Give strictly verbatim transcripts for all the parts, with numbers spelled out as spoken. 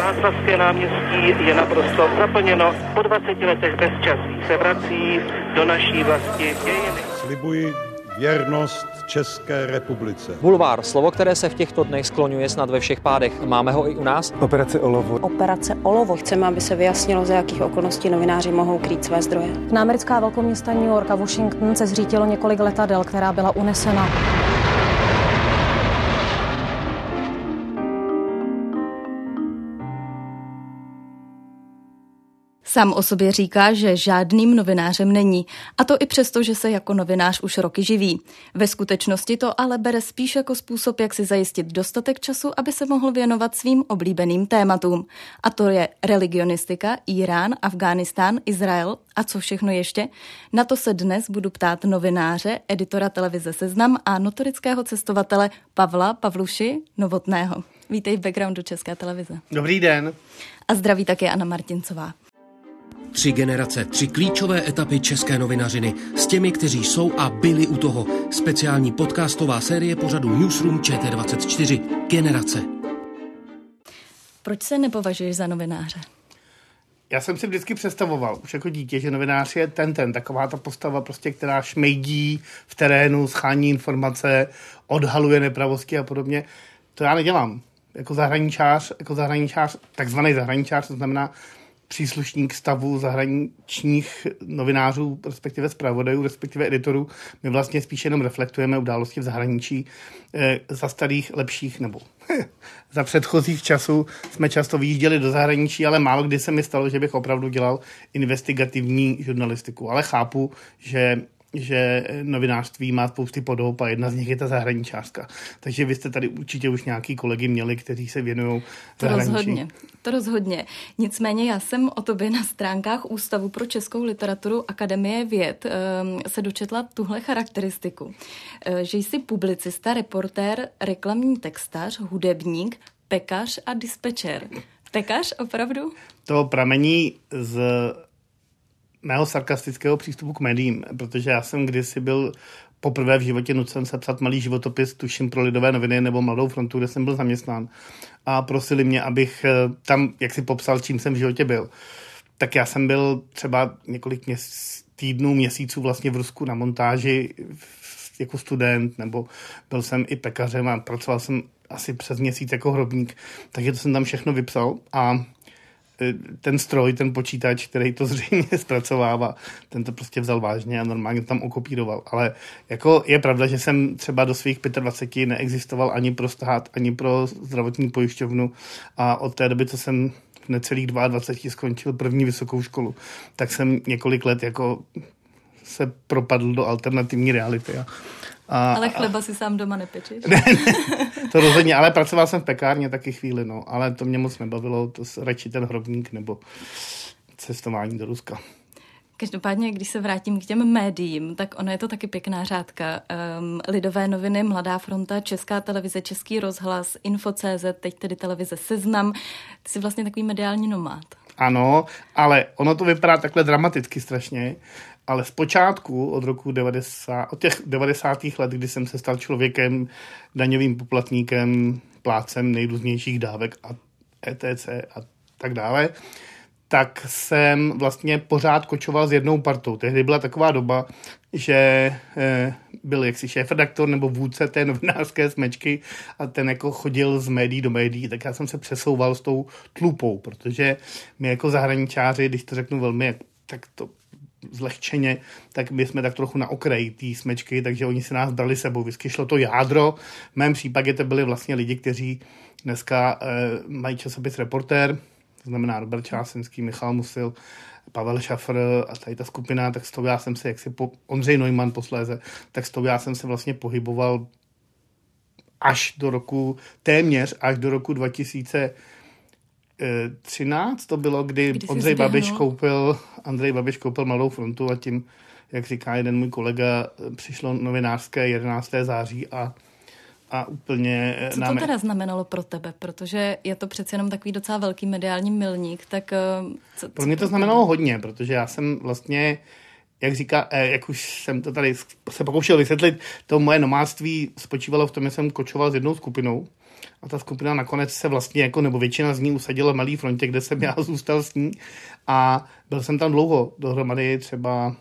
Václavské náměstí je naprosto zaplněno. Po dvaceti letech bezčasí se vrací do naší vlasti dějiny. Slibuji věrnost České republice. Bulvár, slovo, které se v těchto dnech skloňuje snad ve všech pádech. Máme ho i u nás? Operace Olovo. Operace Olovo. Chceme, aby se vyjasnilo, za jakých okolností novináři mohou krýt své zdroje. Na americká velkoměsta New York a Washington se zřítilo několik letadel, která byla unesena. Sám o sobě říká, že žádným novinářem není, a to i přesto, že se jako novinář už roky živí. Ve skutečnosti to ale bere spíš jako způsob, jak si zajistit dostatek času, aby se mohl věnovat svým oblíbeným tématům. A to je religionistika, Irán, Afghánistán, Izrael a co všechno ještě. Na to se dnes budu ptát novináře, editora televize Seznam a notorického cestovatele Pavla Pavluši Novotného. Vítej v backgroundu České televize. Dobrý den. A zdraví také Anna Martincová. Tři generace, tři klíčové etapy české novinařiny s těmi, kteří jsou a byli u toho. Speciální podcastová série pořadu Newsroom Č T dvacet čtyři. Generace. Proč se nepovažuješ za novináře? Já jsem si vždycky představoval, už jako dítě, že novinář je ten, ten, taková ta postava, prostě, která šmejdí v terénu, schání informace, odhaluje nepravosti a podobně. To já nedělám. Jako zahraničář, jako zahraničář, takzvaný zahraničář, to znamená příslušník stavu zahraničních novinářů, respektive zpravodajů, respektive editorů. My vlastně spíš jenom reflektujeme události v zahraničí. E, za starých, lepších nebo za předchozích časů jsme často vyjížděli do zahraničí, ale málo kdy se mi stalo, že bych opravdu dělal investigativní žurnalistiku. Ale chápu, že že novinářství má spousty podob a jedna z nich je ta zahraničářská. Takže vy jste tady určitě už nějaký kolegy měli, kteří se věnují zahraničí. To rozhodně, to rozhodně. Nicméně já jsem o tobě na stránkách Ústavu pro českou literaturu Akademie věd se dočetla tuhle charakteristiku, že jsi publicista, reportér, reklamní textař, hudebník, pekař a dispečer. Pekař opravdu? To pramení z mého sarkastického přístupu k médiím, protože já jsem kdysi byl poprvé v životě nucen sepsat malý životopis, tuším pro Lidové noviny nebo Mladou frontu, kde jsem byl zaměstnán. A prosili mě, abych tam, jak si popsal, čím jsem v životě byl. Tak já jsem byl třeba několik měs- týdnů, měsíců vlastně v Rusku na montáži jako student, nebo byl jsem i pekařem a pracoval jsem asi přes měsíc jako hrobník. Takže to jsem tam všechno vypsal a ten stroj, ten počítač, který to zřejmě zpracovává, ten to prostě vzal vážně a normálně tam okopíroval. Ale jako je pravda, že jsem třeba do svých dvaceti pěti neexistoval ani pro stát, ani pro zdravotní pojišťovnu a od té doby, co jsem v necelých dvaceti dvou skončil první vysokou školu, tak jsem několik let jako se propadl do alternativní reality. A, a, ale chleba a, si sám doma nepečeš? Ne, ne, to rozhodně, ale pracoval jsem v pekárně taky chvíli, no, ale to mě moc nebavilo, to radši ten hrobník nebo cestování do Ruska. Každopádně, když se vrátím k těm médiím, tak ono je to taky pěkná řádka. Um, Lidové noviny, Mladá fronta, Česká televize, Český rozhlas, Info tečka cé zet, teď tedy televize Seznam. Ty jsi vlastně takový mediální nomád. Ano, ale ono to vypadá takhle dramaticky strašně, ale zpočátku od roku devadesát, od těch devadesátých let, kdy jsem se stal člověkem, daňovým poplatníkem, plátcem nejrůznějších dávek a et cetera a tak dále, tak jsem vlastně pořád kočoval s jednou partou. Tehdy byla taková doba, že eh, byl jaksi šéfredaktor nebo vůdce té novinářské smečky a ten jako chodil z médií do médií, tak já jsem se přesouval s tou tlupou, protože my jako zahraničáři, když to řeknu velmi, tak to zlehčeně, tak my jsme tak trochu na okraji té smečky, takže oni si nás brali sebou. Vždycky šlo to jádro. V mém případě to byli vlastně lidi, kteří dneska eh, mají časopis Reportér, to znamená Robert Čásenský, Michal Musil, Pavel Šafr a tady ta skupina, tak s tou já jsem se, jak si po, Ondřej Neumann posléze, tak s tou já jsem se vlastně pohyboval až do roku, téměř až do roku dva tisíce třináct to bylo, kdy, kdy Ondřej Babiš koupil, Andrej Babiš koupil Mladou frontu a tím, jak říká jeden můj kolega, přišlo novinářské jedenáctého září a A úplně Co to teda znamenalo pro tebe? Protože je to přeci jenom takový docela velký mediální milník, tak... Co, pro mě to znamenalo hodně, protože já jsem vlastně, jak říká, jak už jsem to tady se pokoušel vysvětlit, to moje nomádství spočívalo v tom, že jsem kočoval s jednou skupinou a ta skupina nakonec se vlastně, jako, nebo většina z ní usadila v Malé Frontě, kde jsem já zůstal s ní a byl jsem tam dlouho, dohromady třeba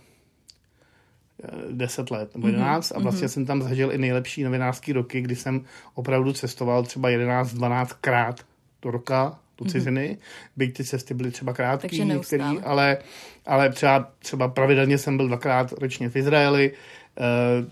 deset let nebo jedenáct mm-hmm. a vlastně mm-hmm. jsem tam zažil i nejlepší novinářský roky, kdy jsem opravdu cestoval třeba jedenáct dvanáct krát do roka do ciziny, mm-hmm. byť ty cesty byly třeba krátký, některý, ale, ale třeba, třeba pravidelně jsem byl dvakrát ročně v Izraeli uh,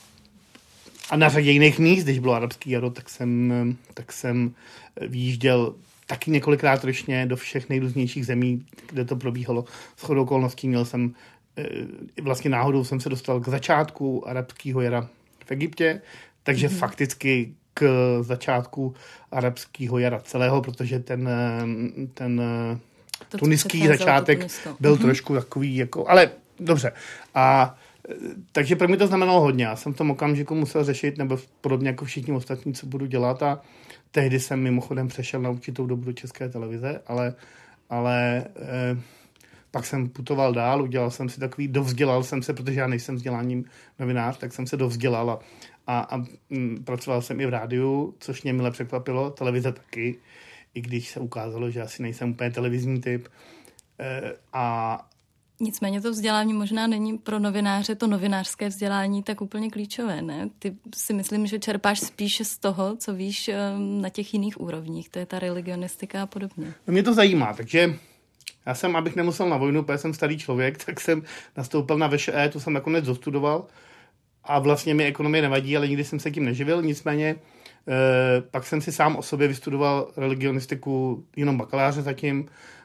a na řadě jiných míst, když bylo arabský jaro, tak jsem, tak jsem vyjížděl taky několikrát ročně do všech nejrůznějších zemí, kde to probíhalo. Shodou okolností měl jsem vlastně náhodou jsem se dostal k začátku arabského jara v Egyptě, takže mm. fakticky k začátku arabského jara celého, protože ten, ten to, tuniský začátek byl mm. trošku takový, jako, ale dobře. A takže pro mě to znamenalo hodně. Já jsem v tom okamžiku musel řešit, nebo podobně jako všichni ostatní, co budu dělat a tehdy jsem mimochodem přešel na určitou dobu do České televize, ale, ale eh, pak jsem putoval dál, udělal jsem si takový, dovzdělal jsem se, protože já nejsem vzděláním novinář, tak jsem se dovzdělal a, a, a m, pracoval jsem i v rádiu, což mě mile překvapilo, televize taky, i když se ukázalo, že asi nejsem úplně televizní typ. E, a Nicméně to vzdělání možná není pro novináře, to novinářské vzdělání tak úplně klíčové, ne? Ty si myslím, že čerpáš spíše z toho, co víš na těch jiných úrovních, to je ta religionistika a podobně. No mě to zajímá, takže já jsem, abych nemusel na vojnu, protože jsem starý člověk, tak jsem nastoupil na V Š E, to jsem nakonec dostudoval a vlastně mi ekonomie nevadí, ale nikdy jsem se tím neživil, nicméně eh, pak jsem si sám o sobě vystudoval religionistiku, jenom bakaláře zatím,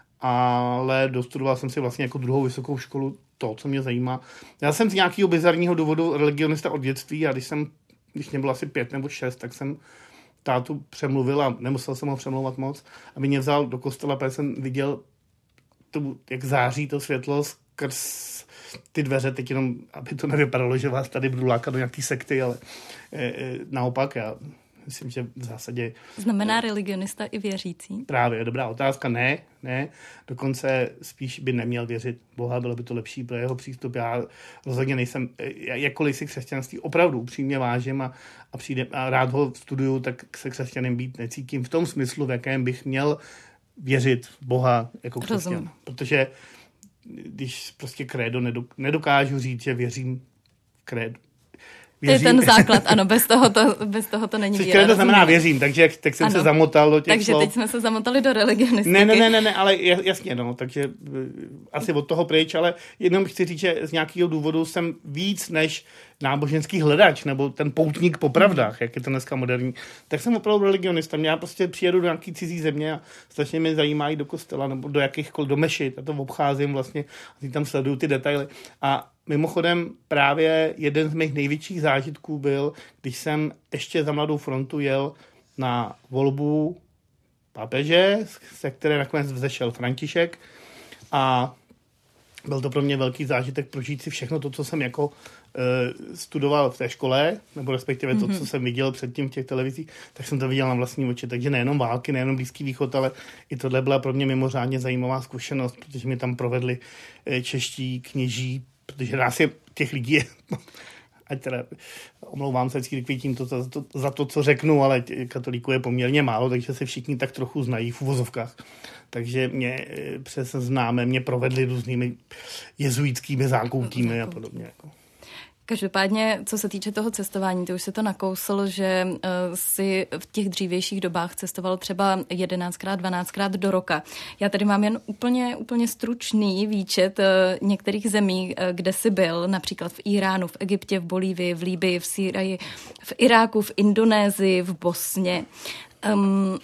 ale dostudoval jsem si vlastně jako druhou vysokou školu to, co mě zajímá. Já jsem z nějakého bizarního důvodu religionista od dětství a když jsem, když mě bylo asi pět nebo šest, tak jsem tátu přemluvil a nemusel jsem ho přemlouvat moc, aby mě vzal do kostela, protože jsem viděl to, jak září to světlo skrz ty dveře, teď jenom, aby to nevypadalo, že vás tady budu lákat do nějaký sekty, ale e, e, naopak, já myslím, že v zásadě... Znamená religionista i věřící? Právě, dobrá otázka, ne, ne, dokonce spíš by neměl věřit Boha, bylo by to lepší pro jeho přístup, já rozhodně nejsem, jakkoliv si křesťanství opravdu upřímně vážím a, a, přijde, a rád ho studuju, tak se křesťanem být necítím v tom smyslu, v jakém bych měl věřit v Boha jako křesťan. Protože když prostě krédo nedokážu říct, že věřím v krédo. Věřím. To je ten základ, ano, bez toho to, bez toho to není víra. Krédo znamená věřím, takže tak jsem ano. se zamotal do těch Takže slov. teď jsme se zamotali do religionistiky. Ne, ne, ne, ne, ne, ale jasně, no, takže asi od toho pryč, ale jenom chci říct, že z nějakého důvodu jsem víc než náboženský hledač, nebo ten poutník po pravdách, jak je to dneska moderní, tak jsem opravdu religionista. Já prostě přijedu do nějaký cizí země a strašně mě zajímají do kostela, nebo do jakýchkoliv, do mešit, a to obcházím vlastně, a tam sleduju ty detaily. A mimochodem právě jeden z mých největších zážitků byl, když jsem ještě za Mladou frontu jel na volbu papeže, se které nakonec vzešel František a byl to pro mě velký zážitek prožít si všechno to, co jsem jako e, studoval v té škole, nebo respektive to, mm-hmm. co jsem viděl předtím v těch televizích, tak jsem to viděl na vlastní oči. Takže nejenom války, nejenom Blízký východ, ale i tohle byla pro mě mimořádně zajímavá zkušenost, protože mi tam provedli e, čeští kněží, protože nás je těch lidí je, ať teda omlouvám se vždycky tím to, za, to, za to, co řeknu, ale katolíků je poměrně málo, takže se všichni tak trochu znají v uvozovkách. Takže mě přes známe, mě provedli různými jezuitskými zákoutími a podobně. Jako. Každopádně, co se týče toho cestování, ty už se to nakousl, že uh, si v těch dřívějších dobách cestoval třeba jedenáctkrát, dvanáctkrát do roka. Já tady mám jen úplně, úplně stručný výčet uh, některých zemí, uh, kde jsi byl, například v Iránu, v Egyptě, v Bolívii, v Libyi, v Sýrii, v Iráku, v Indonésii, v Bosně. Um,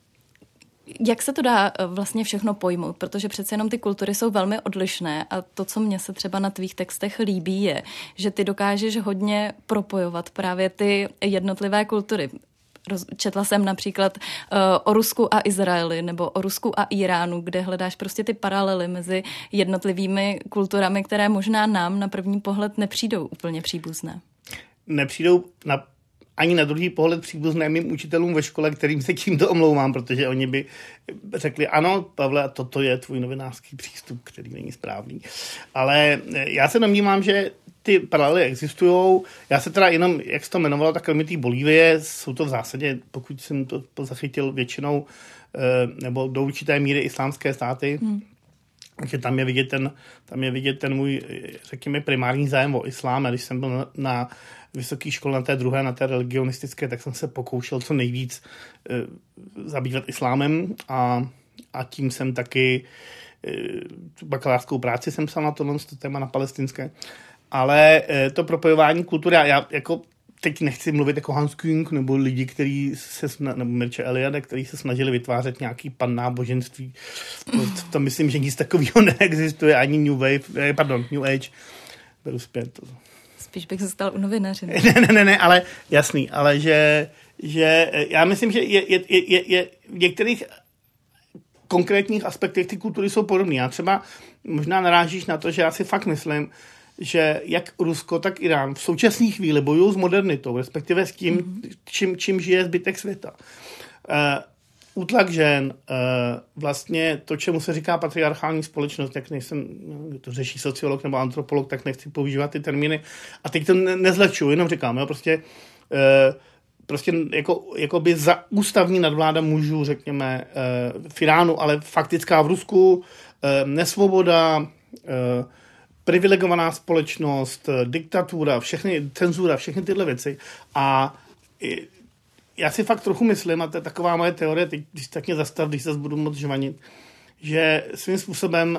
Jak se to dá vlastně všechno pojmout? Protože přece jenom ty kultury jsou velmi odlišné a to, co mně se třeba na tvých textech líbí, je, že ty dokážeš hodně propojovat právě ty jednotlivé kultury. Četla jsem například uh, o Rusku a Izraeli nebo o Rusku a Iránu, kde hledáš prostě ty paralely mezi jednotlivými kulturami, které možná nám na první pohled nepřijdou úplně příbuzné. Nepřijdou na ani na druhý pohled příbuzné mým učitelům ve škole, kterým se tímto omlouvám, protože oni by řekli, ano, Pavle, toto je tvůj novinářský přístup, který není správný. Ale já se domnívám, že ty paralely existujou. Já se teda jenom, jak jsi to jmenoval, tak kromě té Bolívie, jsou to v zásadě, pokud jsem to zachytil většinou, nebo do určité míry islámské státy, hmm. takže tam je vidět ten, tam je vidět ten můj, řekněme, primární zájem o islám. A když jsem byl na, na vysoké škole, na té druhé, na té religionistické, tak jsem se pokoušel co nejvíc e, zabývat islámem a, a tím jsem taky e, bakalářskou práci jsem psal na tohle to téma, na palestinské. Ale e, to propojování kultury, já jako teď nechci mluvit jako Hans Küng nebo lidi, kteří se, nebo Mircea Eliade, kteří se snažili vytvářet nějaký pannáboženství. To, to myslím, že nic takového neexistuje, ani New Wave, pardon, New Age. Beru zpět. Spíš bych se stal u novináře. Ne, ne, ne, ne, ale jasný, ale že, že já myslím, že je, je, je, je v některých konkrétních aspektech ty kultury jsou podobné. Já třeba možná narážíš na to, že já si fakt myslím, že jak Rusko, tak Irán v současné chvíli bojují s modernitou, respektive s tím, mm-hmm. čím, čím žije zbytek světa. Uh, útlak žen, uh, vlastně to, čemu se říká patriarchální společnost, jak nejsem, to řeší sociolog nebo antropolog, tak nechci používat ty termíny. A teď to ne- nezlehčuju, jenom říkám, jo, prostě, uh, prostě jako, jako by za ústavní nadvláda mužů, řekněme, uh, v Iránu, ale faktická v Rusku, uh, nesvoboda, uh, privilegovaná společnost, diktatura, všechny, cenzura, všechny tyhle věci. A já si fakt trochu myslím, a to je taková moje teorie, teď, když tak mě zastav, když se budu moc žvanit, že svým způsobem,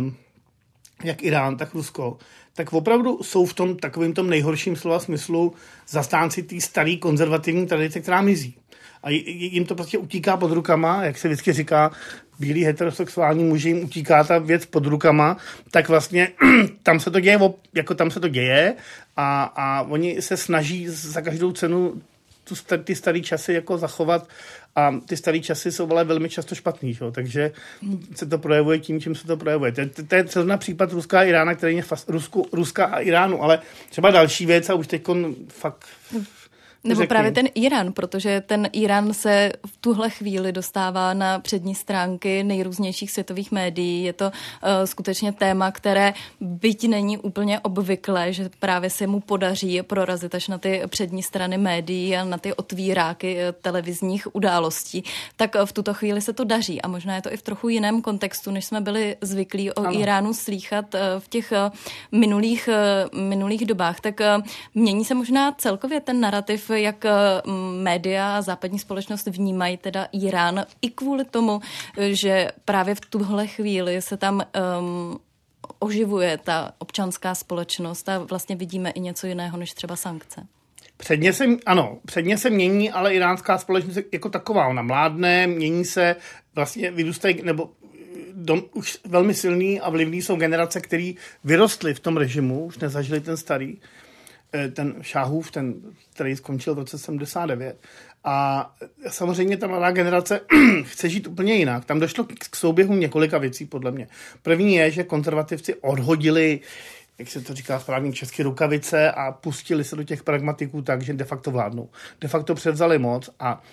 jak Irán, tak Rusko, tak opravdu jsou v tom takovým tom nejhorším slova smyslu zastánci té staré konzervativní tradice, která mizí. A jim to prostě utíká pod rukama, jak se vždycky říká, bílí heterosexuální muži jim utíká ta věc pod rukama, tak vlastně tam se to děje, jako tam se to děje a, a oni se snaží za každou cenu tu, ty staré časy jako zachovat a ty staré časy jsou ale velmi často špatný, jo? Takže se to projevuje tím, čím se to projevuje. To, to, to je třeba případ Ruska a Irána, který je fast, Rusku, Ruska a Iránu, ale třeba další věc a už teď fakt... Nebo řekni. právě ten Irán, protože ten Irán se v tuhle chvíli dostává na přední stránky nejrůznějších světových médií. Je to uh, skutečně téma, které byť není úplně obvyklé, že právě se mu podaří prorazit až na ty přední strany médií a na ty otvíráky televizních událostí, tak v tuto chvíli se to daří a možná je to i v trochu jiném kontextu, než jsme byli zvyklí o ano. Iránu slýchat v těch minulých, minulých dobách. Tak mění se možná celkově ten narrativ, jak média a západní společnost vnímají teda Irán i kvůli tomu, že právě v tuhle chvíli se tam um, oživuje ta občanská společnost a vlastně vidíme i něco jiného než třeba sankce. Předně se, ano, předně se mění, ale iránská společnost jako taková, ona mládne, mění se, vlastně vyrůstají, nebo dom, už velmi silný a vlivný jsou generace, který vyrostly v tom režimu, už nezažili ten starý, ten Šáhův, ten, který skončil v roce sedmdesát devět. A samozřejmě ta mladá generace chce žít úplně jinak. Tam došlo k souběhu několika věcí, podle mě. První je, že konzervativci odhodili, jak se to říká správně česky, rukavice a pustili se do těch pragmatiků tak, že de facto vládnou. De facto převzali moc a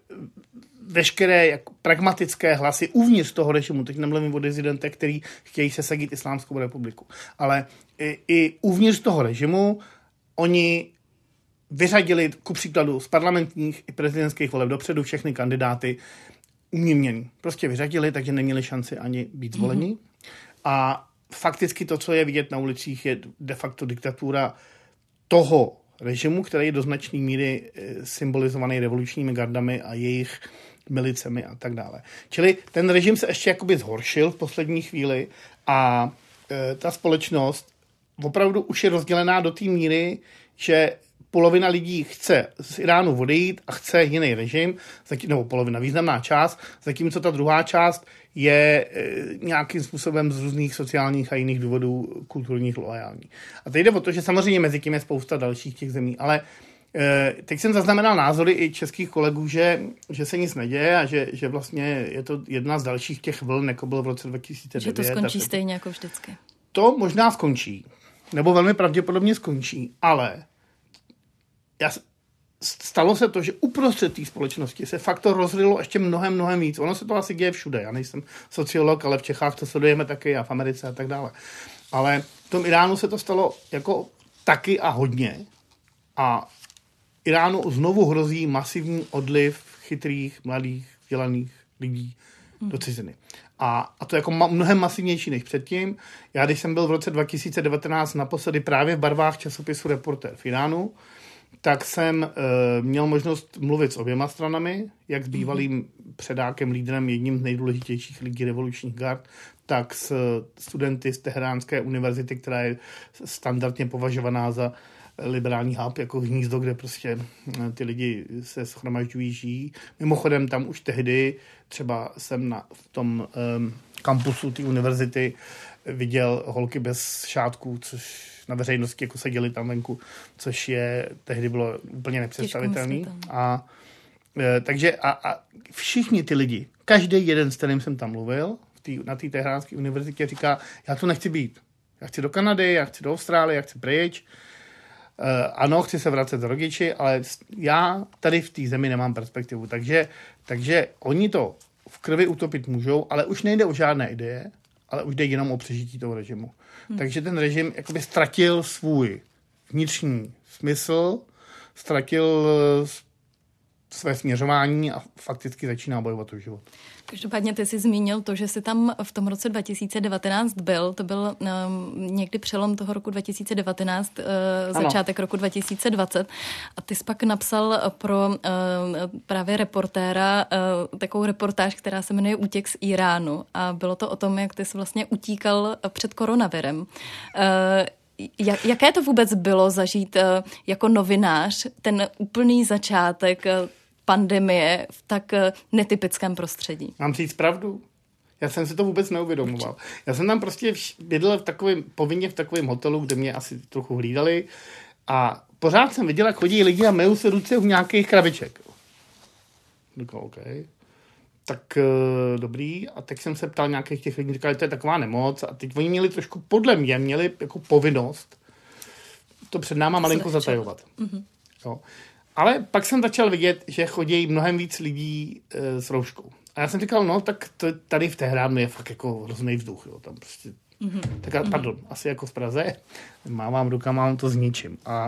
veškeré jako pragmatické hlasy uvnitř toho režimu, teď nemluvím o dizidentech, který chtějí sesadit Islámskou republiku, ale i, i uvnitř toho režimu oni vyřadili ku příkladu z parlamentních i prezidentských voleb dopředu všechny kandidáty umění. Prostě vyřadili, takže neměli šanci ani být zvolení. Mm-hmm. A fakticky to, co je vidět na ulicích, je de facto diktatura toho režimu, který je do značné míry symbolizovaný revolučními gardami a jejich milicemi a tak dále. Čili ten režim se ještě jakoby zhoršil v poslední chvíli a e, ta společnost opravdu už je rozdělená do té míry, že polovina lidí chce z Iránu odejít a chce jiný režim, nebo polovina, významná část, zatímco ta druhá část je e, nějakým způsobem z různých sociálních a jiných důvodů kulturních loajální. A teď jde o to, že samozřejmě mezi tím je spousta dalších těch zemí, ale e, teď jsem zaznamenal názory i českých kolegů, že, že se nic neděje a že, že vlastně je to jedna z dalších těch vln, jako byl v roce dva tisíce devět. Že to skončí to, stejně jako vždycky. To možná skončí, nebo velmi pravděpodobně skončí, ale já, stalo se to, že uprostřed té společnosti se fakt to rozrylo ještě mnohem, mnohem víc. Ono se to asi děje všude. Já nejsem sociolog, ale v Čechách to sledujeme taky a v Americe a tak dále. Ale v tom Iránu se to stalo jako taky a hodně. A Iránu znovu hrozí masivní odliv chytrých, mladých, vzdělaných lidí hmm. do ciziny. A, a to je jako ma, mnohem masivnější než předtím. Já, když jsem byl v roce dva tisíce devatenáct naposledy právě v barvách časopisu Reportér v Iránu, tak jsem e, měl možnost mluvit s oběma stranami, jak s bývalým předákem, lídrem, jedním z nejdůležitějších lidí revolučních gard, tak s studenty z Teheránské univerzity, která je standardně považovaná za liberální hub, jako hnízdo, kde prostě ty lidi se shromažďují, žijí. Mimochodem tam už tehdy, třeba jsem na, v tom um, kampusu té univerzity viděl holky bez šátků, což na veřejnosti jako seděli tam venku, což je, tehdy bylo úplně nepředstavitelný. A, e, takže a, a všichni ty lidi, každý jeden, s kterým jsem tam mluvil, v tý, na té Teheránské univerzitě, říká, já tu nechci být. Já chci do Kanady, já chci do Austrálie, já chci pryč. E, ano, chci se vracet do rodiči, ale já tady v té zemi nemám perspektivu. Takže, takže oni to v krvi utopit můžou, ale už nejde o žádné ideje, ale už jde jenom o přežití toho režimu. Hmm. Takže ten režim jakoby ztratil svůj vnitřní smysl, ztratil své směřování a fakticky začíná bojovat o život. Každopádně ty jsi zmínil to, že jsi tam v tom roce dva tisíce devatenáct byl. To byl um, někdy přelom toho roku dva tisíce devatenáct, uh, začátek roku dva tisíce dvacet. A ty jsi pak napsal pro uh, právě Reportéra uh, takovou reportáž, která se jmenuje Útěk z Iránu. A bylo to o tom, jak ty jsi vlastně utíkal před koronavirem. Uh, Jak, jaké to vůbec bylo zažít uh, jako novinář ten úplný začátek uh, pandemie v tak uh, netypickém prostředí? Mám říct pravdu? Já jsem si to vůbec neuvědomoval. Já jsem tam prostě bydlel v takovém, povinně v takovém hotelu, kde mě asi trochu hlídali a pořád jsem viděl, jak chodí lidi a myjou se ruce v nějakých krabiček. Říkal, OK. Tak uh, dobrý. A tak jsem se ptal nějakých těch lidí, říkali, to je taková nemoc. A teď oni měli trošku, podle mě, měli jako povinnost to před náma malinko zatajovat. Mm-hmm. Jo. Ale pak jsem začal vidět, že chodí mnohem víc lidí uh, s rouškou. A já jsem říkal, no, tak to tady v Teheránu je fakt jako hrozný vzduch. Jo. Tam prostě, mm-hmm. tak, pardon, mm-hmm. asi jako v Praze. Mávám rukama, mám to s ničím. A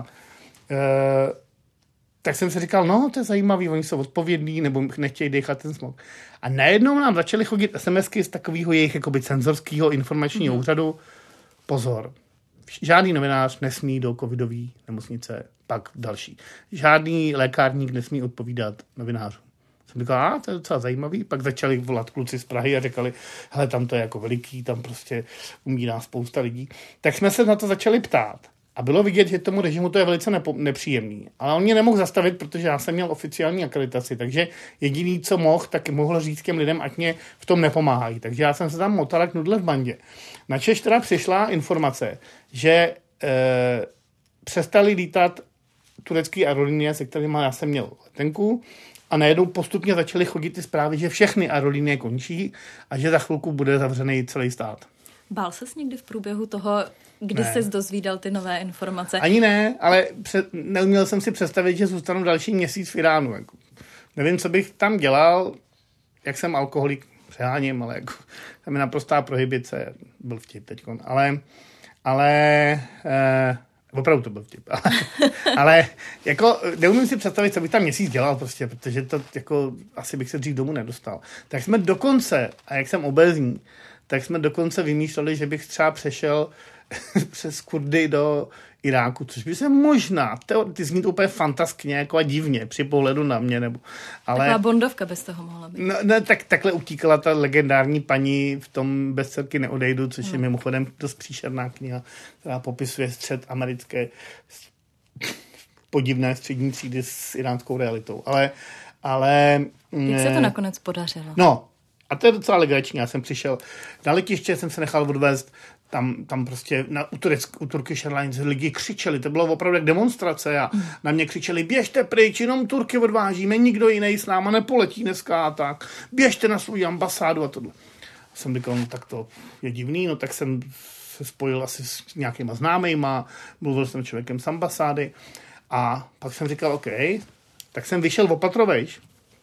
uh, tak jsem si říkal, no, to je zajímavý, oni jsou odpovědní, nebo nechtějí dechat ten smog. A najednou nám začaly chodit SMSky z takového jejich jakoby cenzorského informačního mm. úřadu. Pozor, žádný novinář nesmí do covidové nemocnice, pak další. Žádný lékárník nesmí odpovídat novinářům. Jsem říkal, a to je docela zajímavý. Pak začali volat kluci z Prahy a říkali, hele, tam to je jako veliký, tam prostě umírá spousta lidí. Tak jsme se na to začali ptát. A bylo vidět, že tomu režimu to je velice nepo- nepříjemný. Ale on mě nemohl zastavit, protože já jsem měl oficiální akreditaci, takže jediný, co mohl, tak mohl říct těm lidem, ať mě v tom nepomáhají. Takže já jsem se tam motal jak nudle v bandě. Načež teda přišla informace, že e, přestali lítat turecký aerolinie, se kterými já jsem měl letenku, a najednou postupně začaly chodit ty zprávy, že všechny aerolinie končí a že za chvilku bude zavřený celý stát. Bál ses někdy v průběhu toho, kdy ne. ses dozvídal ty nové informace? Ani ne, ale před, neuměl jsem si představit, že zůstanu další měsíc v Iránu. Jako. Nevím, co bych tam dělal, jak jsem alkoholik, přeháním, ale jako, tam je naprostá prohibice, byl vtip teďkon, ale, ale eh, opravdu to byl vtip, ale, ale jako neumím si představit, co bych tam měsíc dělal prostě, protože to jako asi bych se dřív domů nedostal. Tak jsme dokonce, a jak jsem obézní, tak jsme dokonce vymýšleli, že bych třeba přešel přes Kurdy do Iráku, což by se možná, ty zní to úplně fantaskně, jako a divně, při pohledu na mě, nebo, ale... Taková bondovka bez toho mohla být. No, no tak, takhle utíkala ta legendární paní v tom Bez dcerky neodejdu, což hmm. je mimochodem dost příšerná kniha, která popisuje střet americké podivné střední třídy s iránskou realitou, ale... ale jak se to nakonec podařilo? No, a to je docela legrační. Já jsem přišel na letiště, jsem se nechal odvést, tam, tam prostě na, u, Tureck, u Turkish Airlines lidi křičeli, to bylo opravdu jak demonstrace a mm. na mě křičeli, běžte pryč, jenom Turky odvážíme, nikdo jiný s náma nepoletí dneska a tak, běžte na svou ambasádu a tohle. A jsem říkal, no tak to je divný, no tak jsem se spojil asi s nějakýma známejma, mluvil jsem s člověkem z ambasády a pak jsem říkal, OK, tak jsem vyšel opatrovejš.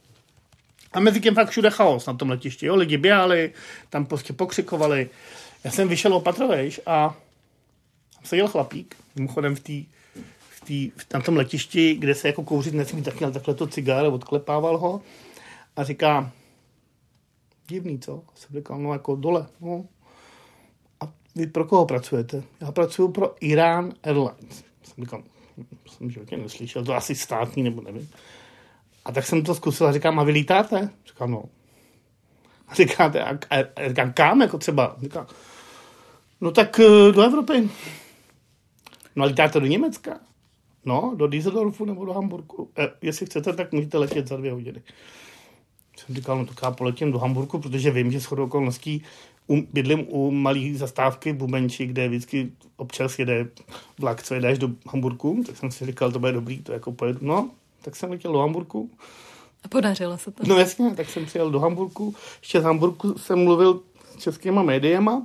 A mezi tím fakt všude chaos na tom letišti. Jo? Lidi běhali, tam prostě pokřikovali. Já jsem vyšel opatrovejš a seděl chlapík, mimochodem v tý, v tý, na tom letišti, kde se jako kouřit nesmí, tak měl takhle to cigáro, odklepával ho a říká, divný, co? Jsem říkal, no jako dole, no. A vy pro koho pracujete? Já pracuji pro Iran Airlines. Jsem říkal, jsem životně neslyšel, to asi státní, nebo nevím. A tak jsem to zkusil a říkám, a vy lítáte? Říkám, no. A říkáte, a, a, a říkám, kam, jako třeba? Říkám, no tak do Evropy. No a lítáte do Německa? No, do Düsseldorfu nebo do Hamburgu. E, jestli chcete, tak můžete letět za dvě hodiny. Jsem říkal, no tak já poletím do Hamburgu, protože vím, že shodou okolností um, bydlím u malé zastávky Bubenči, kde vždycky občas jede vlak, co jede až do Hamburgu. Tak jsem si říkal, to bude dobrý, to jako pojedu. No, tak jsem letěl do Hamburgu. A podařilo se to. No jasně, tak jsem přijel do Hamburgu. Ještě z Hamburgu jsem mluvil s českýma médiema.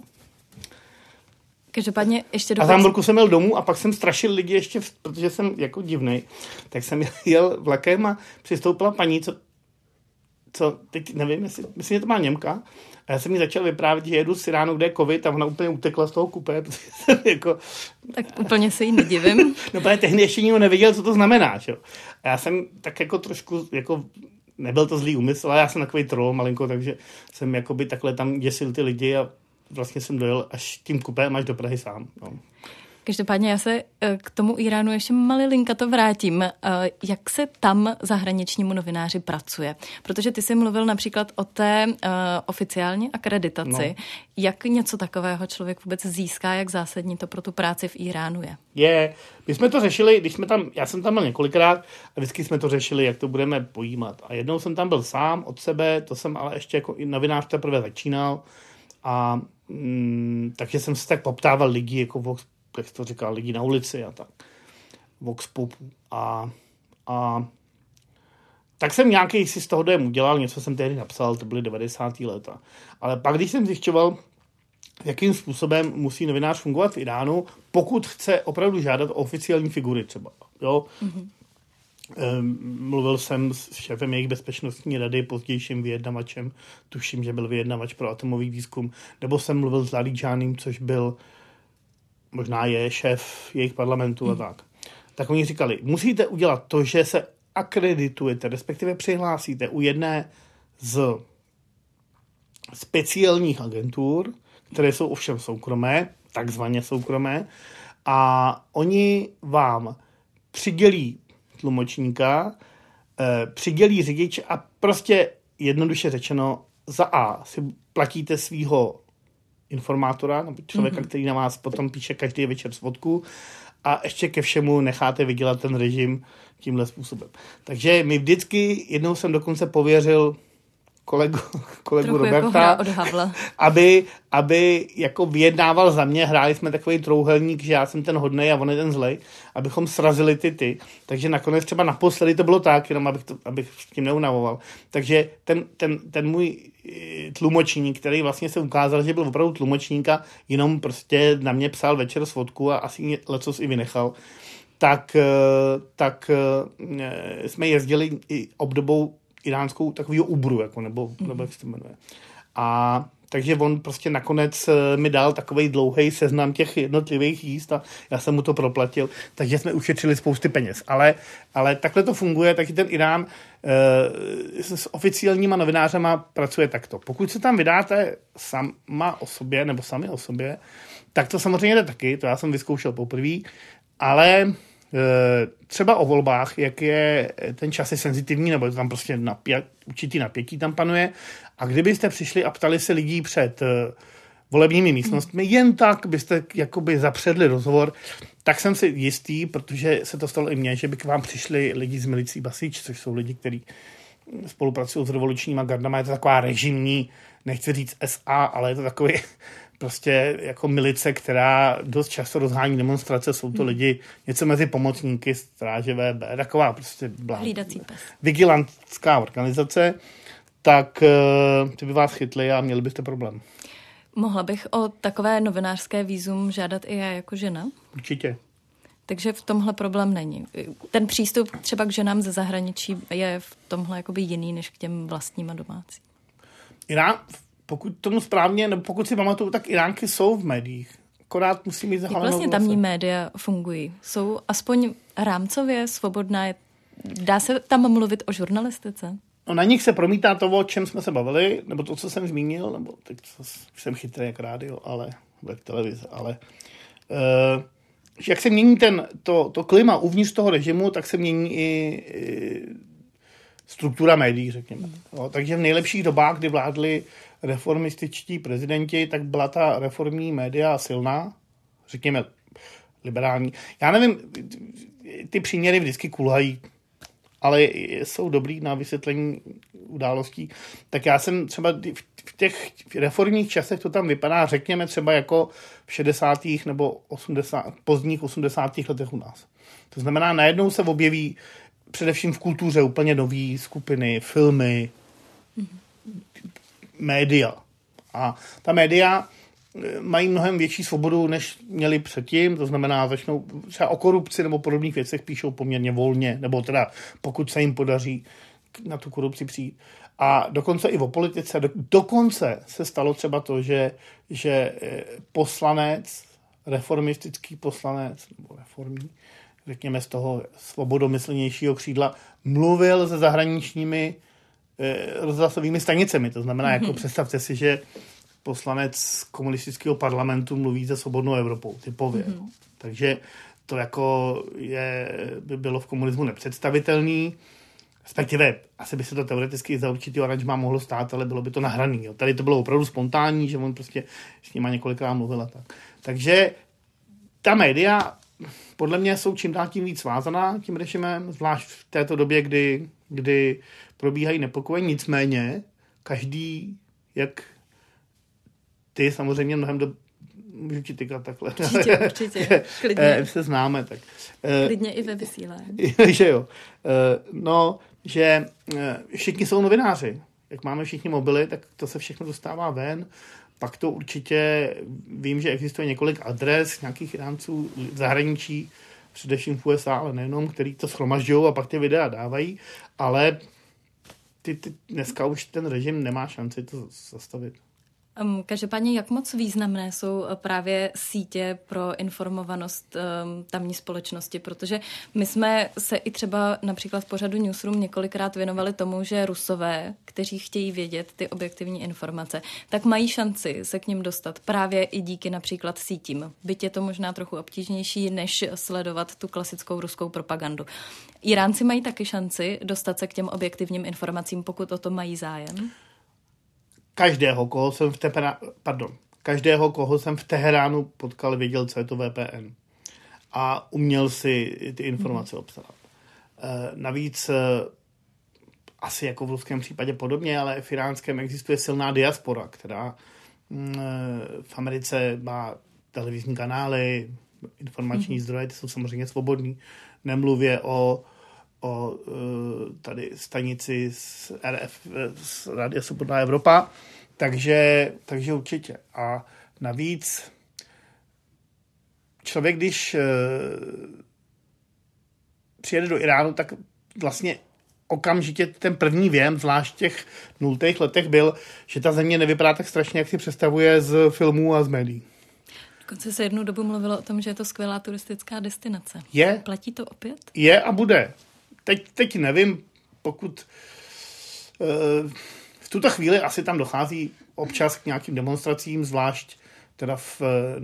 Každopádně ještě do... A z Hamburgu jsem jel domů a pak jsem strašil lidi ještě, protože jsem jako divnej, tak jsem jel vlakem a přistoupila paní, co, co teď nevím, jestli, myslím, že to má Němka, a já jsem jí začal vyprávět, že jedu z Iránu, kde je covid, a ona úplně utekla z toho kupé, protože jsem jako... Tak úplně se jí nedivím. No protože tehdy ještě nikdo nevěděl, co to znamená, že? A já jsem tak jako trošku, jako nebyl to zlý úmysl, ale já jsem takový troll malinko, takže jsem jakoby takhle tam děsil ty lidi a vlastně jsem dojel až tím kupém až do Prahy sám. No. Každopádně já se k tomu Iránu ještě malilinka to vrátím. Jak se tam zahraničnímu novináři pracuje? Protože ty jsi mluvil například o té uh, oficiální akreditaci. No. Jak něco takového člověk vůbec získá, jak zásadní to pro tu práci v Iránu je? Je. My jsme to řešili, když jsme tam, já jsem tam byl několikrát a vždycky jsme to řešili, jak to budeme pojímat. A jednou jsem tam byl sám od sebe, to jsem ale ještě jako novinář teprve začínal. A mm, takže jsem se tak poptával lidí, jako Vox, jak to říkal, lidi na ulici a tak. Vox Pop. A, a tak jsem nějaký si z toho dojem udělal, něco jsem tehdy napsal, to byly devadesátá léta. Ale pak, když jsem zjišťoval, jakým způsobem musí novinář fungovat v Iránu, pokud chce opravdu žádat o oficiální figury třeba. Jo? Mm-hmm. Mluvil jsem s šéfem jejich bezpečnostní rady, pozdějším vyjednavačem, tuším, že byl vyjednavač pro atomový výzkum, nebo jsem mluvil s Laridžánem, což byl, možná je šéf jejich parlamentu mm. a tak. Tak oni říkali, musíte udělat to, že se akreditujete, respektive přihlásíte u jedné z speciálních agentur, které jsou ovšem soukromé, takzvaně soukromé, a oni vám přidělí tlumočníka, eh, přidělí řidič a prostě jednoduše řečeno za A si platíte svýho informátora, nebo člověka, mm-hmm. který na vás potom píše každý večer svodku a ještě ke všemu necháte vydělat ten režim tímhle způsobem. Takže my vždycky, jednou jsem dokonce pověřil kolegu, kolegu Trochu Roberta, jako od Havla. aby, aby jako vyjednával za mě, hráli jsme takový trouhelník, že já jsem ten hodnej a on je ten zlej, abychom srazili ty ty. Takže nakonec třeba naposledy to bylo tak, jenom abych, to, abych s tím neunavoval. Takže ten, ten, ten můj tlumočník, který vlastně se ukázal, že byl opravdu tlumočníka, jenom prostě na mě psal večer svodku a asi lecos i vynechal, tak, tak jsme jezdili i obdobou iránskou takovýho Ubru, jako, nebo, mm. nebo jak se to jmenuje. A takže on prostě nakonec mi dal takovej dlouhý seznam těch jednotlivých jíst a já jsem mu to proplatil, takže jsme ušetřili spousty peněz. Ale, ale takhle to funguje, taky ten Irán e, s oficiálníma novinářema pracuje takto. Pokud se tam vydáte sama o sobě, nebo sami o sobě, tak to samozřejmě jde taky, to já jsem vyzkoušel poprvé, ale třeba o volbách, jak je ten čas je senzitivní, nebo je to tam prostě napě- určitý napětí tam panuje. A kdybyste přišli a ptali se lidí před uh, volebními místnostmi, jen tak byste jakoby zapředli rozhovor, tak jsem si jistý, protože se to stalo i mně, že by k vám přišli lidi z milicí Basič, což jsou lidi, kteří spolupracují s revolučníma gardama. Je to taková režimní, nechci říct S A, ale je to takový prostě jako milice, která dost často rozhání demonstrace. Jsou to lidi něco mezi pomocníky, stráže V B, taková prostě blá, vigilantská organizace, tak ty by vás chytli a měli byste problém. Mohla bych o takové novinářské vízum žádat i já jako žena? Určitě. Takže v tomhle problém není. Ten přístup třeba k ženám ze zahraničí je v tomhle jakoby jiný než k těm vlastním a domácím. Irán, pokud tomu správně, nebo pokud si pamatuju, tak Iránky jsou v médiích. akorát musí mít zahalenou. Jak vlastně tamní média fungují? Jsou aspoň rámcově svobodná? Dá se tam mluvit o žurnalistice? No, na nich se promítá to, o čem jsme se bavili, nebo to, co jsem zmínil, nebo teď jsem chytrý jak rádio, ale jak televize, ale uh, jak se mění ten, to, to klima uvnitř toho režimu, tak se mění i, i struktura médií, řekněme. No, takže v nejlepších dobách, kdy vládli reformističtí prezidenti, tak byla ta reformní média silná, řekněme liberální. Já nevím, ty příměry vždycky kulhají, ale jsou dobrý na vysvětlení událostí. Tak já jsem třeba v těch reformních časech to tam vypadá, řekněme třeba jako v šedesátých nebo osmdesátých, pozdních osmdesátých letech u nás. To znamená, najednou se objeví především v kultuře úplně nový skupiny, filmy, mm-hmm. média. A ta média mají mnohem větší svobodu, než měli předtím, to znamená, začnou třeba o korupci nebo podobných věcech píšou poměrně volně, nebo teda pokud se jim podaří na tu korupci přijít. A dokonce i o politice, do, dokonce se stalo třeba to, že, že poslanec, reformistický poslanec, nebo reformní, řekněme z toho svobodomyslnějšího křídla, mluvil se zahraničními eh, rozhlasovými stanicemi. To znamená, mm-hmm. jako představte si, že poslanec komunistického parlamentu mluví se svobodnou Evropou, typově. Mm-hmm. Takže to jako je, by bylo v komunismu nepředstavitelný. Respektive, asi by se to teoreticky za určitý aranžmá mohlo stát, ale bylo by to nahraný. Jo. Tady to bylo opravdu spontánní, že on prostě s nima několikrát mluvil a tak. Takže ta média podle mě jsou čím dál tím víc svázaná tím režimem, zvlášť v této době, kdy, kdy probíhají nepokoje. Nicméně, každý, jak ty samozřejmě mnohem do... Můžu ti tykat takhle. Určitě, určitě. Klidně. Se známe, tak. Klidně i ve vysílání. Že jo. No, že všichni jsou novináři. Jak máme všichni mobily, tak to se všechno dostává ven. Pak to určitě, vím, že existuje několik adres nějakých Iránců v zahraničí, především v U S A, ale nejenom, který to shromažďují a pak ty videa dávají, ale ty, ty, dneska už ten režim nemá šanci to zastavit. Um, každopádně, jak moc významné jsou právě sítě pro informovanost um, tamní společnosti, protože my jsme se i třeba například v pořadu Newsroom několikrát věnovali tomu, že Rusové, kteří chtějí vědět ty objektivní informace, tak mají šanci se k nim dostat právě i díky například sítím. Byť je to možná trochu obtížnější, než sledovat tu klasickou ruskou propagandu. Iránci mají taky šanci dostat se k těm objektivním informacím, pokud o to mají zájem? Každého, koho jsem v Tepera, pardon, každého, koho jsem v Teheránu potkal, věděl, co je to V P N. A uměl si ty informace mm. obstarat. E, navíc, e, asi jako v ruském případě podobně, ale v iránském existuje silná diaspora, která mm, v Americe má televizní kanály, informační mm. zdroje, ty jsou samozřejmě svobodní. Nemluvě o o tady stanici z R F, z Rádia Svobodná Evropa, takže, takže určitě. A navíc člověk, když přijede do Iránu, tak vlastně okamžitě ten první věm, zvlášť v těch nultých letech, byl, že ta země nevypadá tak strašně, jak si představuje z filmů a z médií. Dokonce se jednu dobu mluvilo o tom, že je to skvělá turistická destinace. Je. Platí to opět? Je a bude. Teď, teď nevím, pokud uh, v tuto chvíli asi tam dochází občas k nějakým demonstracím, zvlášť teda v,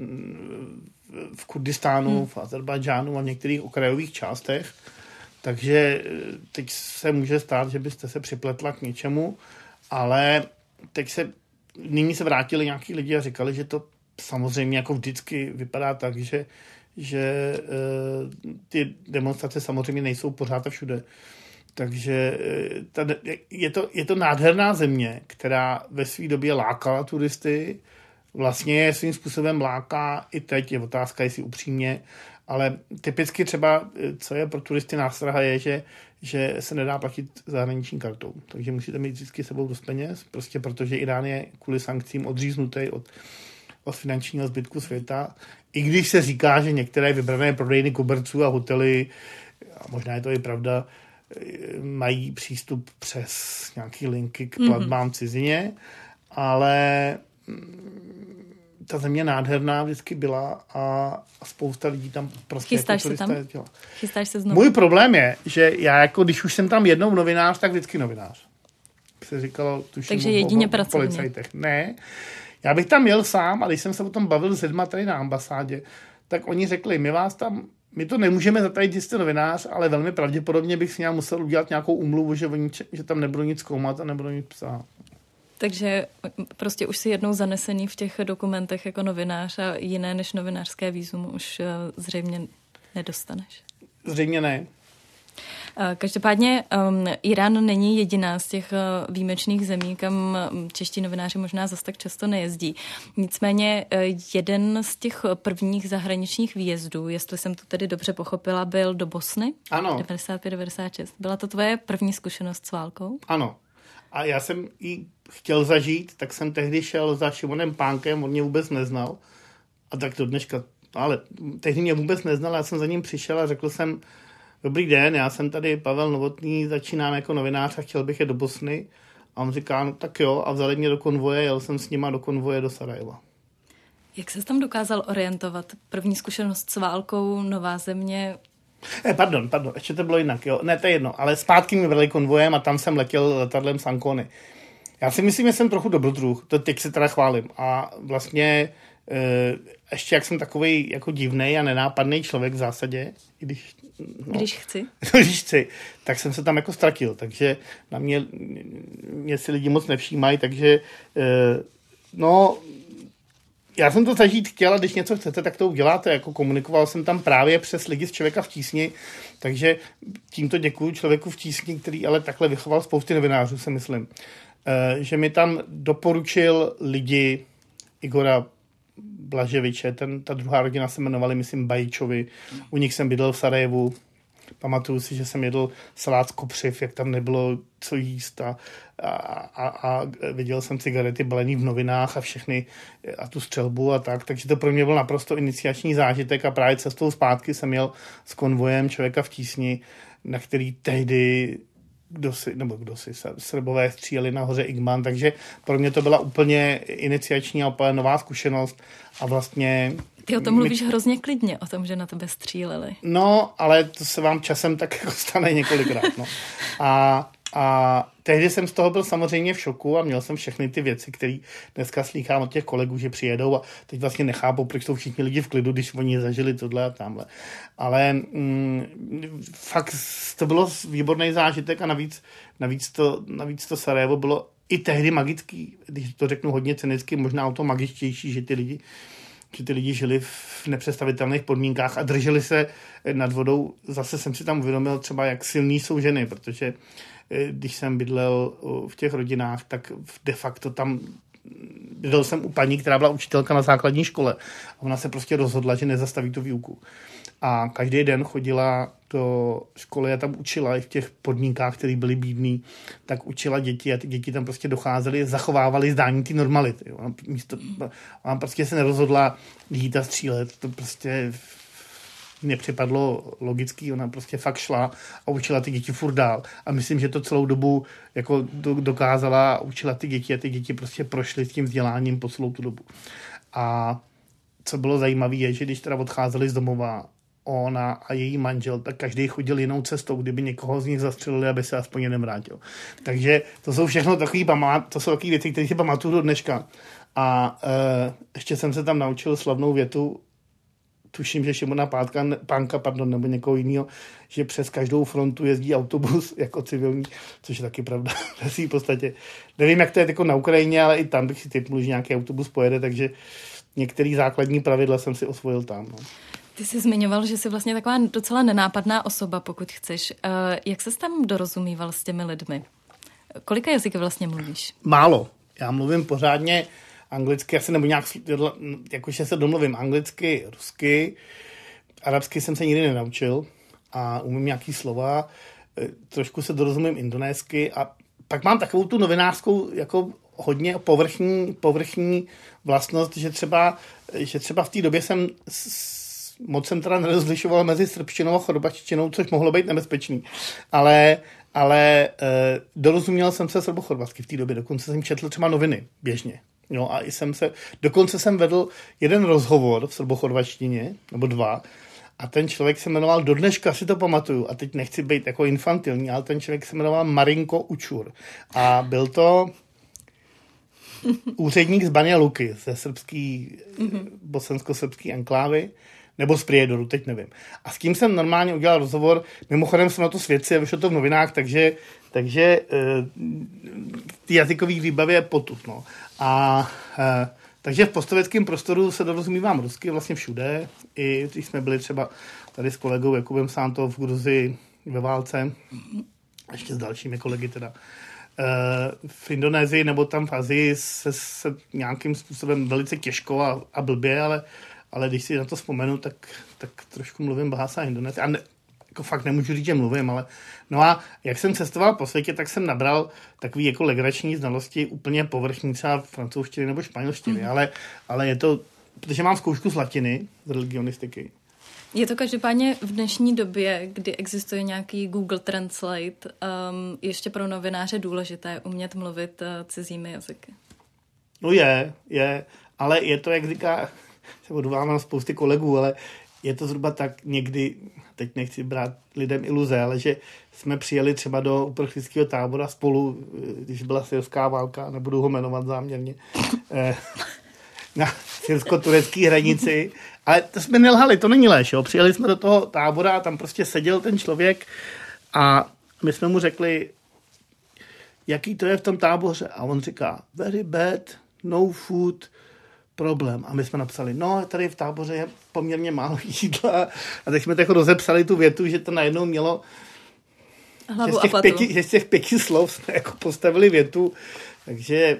v Kurdistánu, hmm. v Azerbajdžánu a v některých okrajových částech. Takže teď se může stát, že byste se připletla k něčemu, ale teď se, nyní se vrátili nějaký lidi a říkali, že to samozřejmě jako vždycky vypadá tak, že že uh, ty demonstrace samozřejmě nejsou pořád a všude. Takže uh, ta, je, to, je to nádherná země, která ve své době lákala turisty, vlastně je svým způsobem láká i teď, je otázka, jestli upřímně, ale typicky třeba, co je pro turisty nástraha, je, že, že se nedá platit zahraniční kartou. Takže musíte mít vždycky sebou dost peněz, prostě protože Irán je kvůli sankcím odříznutý od od finančního zbytku světa. I když se říká, že některé vybrané prodejny koberců a hotely, a možná je to i pravda, mají přístup přes nějaké linky k platbám mm-hmm. cizině, ale ta země nádherná vždycky byla a spousta lidí tam prostě Chystáš jako se tam? Dělá. Chystáš se znovu? Můj problém je, že já jako, když už jsem tam jednou novinář, tak vždycky novinář. Jak se říkalo, tuším, Takže o, jedině o, o pracovně. policajtech. Ne, já bych tam jel sám a když jsem se o tom bavil s lidma tady na ambasádě, tak oni řekli, my vás tam, my to nemůžeme zatajit, že jste novinář, ale velmi pravděpodobně bych si nějak musel udělat nějakou úmluvu, že, oni, že tam nebudou nic zkoumat a nebudou nic psát. Takže prostě už si jednou zanesený v těch dokumentech jako novinář a jiné než novinářské vízum už zřejmě nedostaneš. Zřejmě ne. Každopádně um, Irán není jediná z těch uh, výjimečných zemí, kam čeští novináři možná zas tak často nejezdí. Nicméně uh, jeden z těch prvních zahraničních výjezdů, jestli jsem to tedy dobře pochopila, byl do Bosny. Ano. devadesát pět devadesát šest. Byla to tvoje první zkušenost s válkou? Ano. A já jsem ji chtěl zažít, tak jsem tehdy šel za Šimonem Pánkem, on mě vůbec neznal. A tak do dneška, ale tehdy mě vůbec neznal, já jsem za ním přišel a řekl jsem, dobrý den, já jsem tady Pavel Novotný, začínám jako novinář a chtěl bych je do Bosny. A on říká, no tak jo, a vzali mě do konvoje, jel jsem s nima do konvoje do Sarajeva. Jak ses tam dokázal orientovat? První zkušenost s válkou, nová země? Eh, pardon, pardon, ještě to bylo jinak, jo. Ne, to je jedno, ale zpátky mi brali konvojem a tam jsem letěl letadlem z Ancony. Já si myslím, že jsem trochu dobrodruh, to teď se teda chválím. A vlastně e, ještě jak jsem takovej jako divnej a nenápadný člověk v zásadě, i když... No, když chci. když chci, tak jsem se tam jako ztratil, takže na mě, mě si lidi moc nevšímají, takže e, no... Já jsem to zažít chtěl a když něco chcete, tak to uděláte. Jako komunikoval jsem tam právě přes lidi z Člověka v tísni, takže tímto děkuju Člověku v tísni, který ale takhle vychoval spousty novinářů, si myslím. E, že mi tam doporučil lidi Igora Blaževiče, ten, ta druhá rodina se jmenovali, myslím, Bajičovi. U nich jsem bydlel v Sarajevu. Pamatuju si, že jsem jedl salát z kopřiv, jak tam nebylo co jíst a, a, a, a viděl jsem cigarety balený v novinách a všechny a tu střelbu a tak, takže to pro mě byl naprosto iniciační zážitek a právě cestou zpátky jsem jel s konvojem Člověka v tísni, na který tehdy kdo si, nebo kdo si, Srbové stříleli na hoře Igman, takže pro mě to byla úplně iniciační a úplně nová zkušenost a vlastně... Ty o tom mluvíš my... hrozně klidně, o tom, že na tebe stříleli. No, ale to se vám časem tak jako stane několikrát, no. A, a tehdy jsem z toho byl samozřejmě v šoku a měl jsem všechny ty věci, které dneska slýchám od těch kolegů, že přijedou a teď vlastně nechápou, proč jsou všichni lidi v klidu, když oni zažili tohle a tamhle. Ale mm, fakt to bylo výborný zážitek a navíc, navíc, to, navíc to Sarajevo bylo i tehdy magický, když to řeknu hodně cynicky, možná o to magičtější, že ty lidi že ty lidi žili v nepředstavitelných podmínkách a drželi se nad vodou. Zase jsem si tam uvědomil třeba, jak silný jsou ženy, protože když jsem bydlel v těch rodinách, tak de facto tam bydlel jsem u paní, která byla učitelka na základní škole. A ona se prostě rozhodla, že nezastaví tu výuku. A každý den chodila do školy a tam učila i v těch podmínkách, které byly bídný, tak učila děti a ty děti tam prostě docházely, zachovávaly zdání ty normality. Ona, místo, ona prostě se nerozhodla jít a střílet. To prostě mně připadlo logický, ona prostě fakt šla a učila ty děti furt dál. A myslím, že to celou dobu jako do, dokázala a učila ty děti a ty děti prostě prošly s tím vzděláním po celou tu dobu. A co bylo zajímavé je, že když teda odcházeli z domova ona a její manžel, tak každý chodil jinou cestou, kdyby někoho z nich zastřelili, aby se aspoň jeden vrátil. Takže to jsou všechno takový památ, to jsou takové věci, které si pamatuju do dneška. A e, ještě jsem se tam naučil slavnou větu, tuším, že Šimona Pánka, Pánka pardon, nebo někoho jiného, že přes každou frontu jezdí autobus jako civilní, což je taky pravda v podstatě. Nevím, jak to je jako na Ukrajině, ale i tam bych si typnul, že nějaký autobus pojede, takže některé základní pravidla jsem si osvojil tam. No. Ty jsi zmiňoval, že jsi vlastně taková docela nenápadná osoba, pokud chceš. Jak ses tam dorozumíval s těmi lidmi? Kolika jazyky vlastně mluvíš? Málo. Já mluvím pořádně anglicky, asi nebo nějak, jakože se domluvím anglicky, rusky, arabsky jsem se nikdy nenaučil a umím nějaký slova, trošku se dorozumím indonésky a pak mám takovou tu novinářskou jako hodně povrchní, povrchní vlastnost, že třeba, že třeba v té době jsem moc jsem teda nerozlišoval mezi srbštinou a chorvačtinou, což mohlo být nebezpečný. Ale, ale e, dorozuměl jsem se srbochorvatsky v té době. Dokonce jsem četl třeba noviny běžně. No a jsem se, dokonce jsem vedl jeden rozhovor v srbochorvačtině, nebo dva, a ten člověk se jmenoval, do dneška si to pamatuju, a teď nechci být jako infantilní, ale ten člověk se jmenoval Marinko Učur. A byl to úředník z Banja Luky, ze srbský, mm-hmm. bosensko-srbský enklávy, nebo z Prijedoru, teď nevím. A s tím jsem normálně udělal rozhovor, mimochodem jsem na to svědci a vyšlo to v novinách, takže, takže ty jazykový výbavy je potud. No. A e, takže v postoveckém prostoru se dorozumívám rusky vlastně všude. I když jsme byli třeba tady s kolegou Jakubem Sántov v Gruzii ve válce, ještě s dalšími kolegy teda, e, v Indonésii nebo tam v Asii se, se nějakým způsobem velice těžko a, a blbě, ale Ale když si na to vzpomenu, tak, tak trošku mluvím bahasa Indonésie. A ne, jako fakt nemůžu říct, že mluvím, ale... No a jak jsem cestoval po světě, tak jsem nabral takový jako legrační znalosti úplně povrchní, třeba francouzštiny nebo španělštiny, mm. ale, ale je to... Protože mám zkoušku z latiny, z religionistiky. Je to každopádně v dnešní době, kdy existuje nějaký Google Translate, um, ještě pro novináře důležité umět mluvit uh, cizími jazyky? No je, je, ale je to, jak říká... se odvolávám na spousty kolegů, ale je to zhruba tak někdy, teď nechci brát lidem iluze, ale že jsme přijeli třeba do uprchlického tábora spolu, když byla syrská válka, nebudu ho jmenovat záměrně, na syrsko-turecké hranici, ale to jsme nelhali, to není léž, jo. Přijeli jsme do toho tábora a tam prostě seděl ten člověk a my jsme mu řekli, jaký to je v tom táboře, a on říká, very bad, no food, problém. A my jsme napsali, no, tady v táboře je poměrně málo jídla. A tak jsme tak rozepsali tu větu, že to najednou mělo hlavu že z, těch pěti, že z těch pěti slov jsme jako postavili větu. Takže...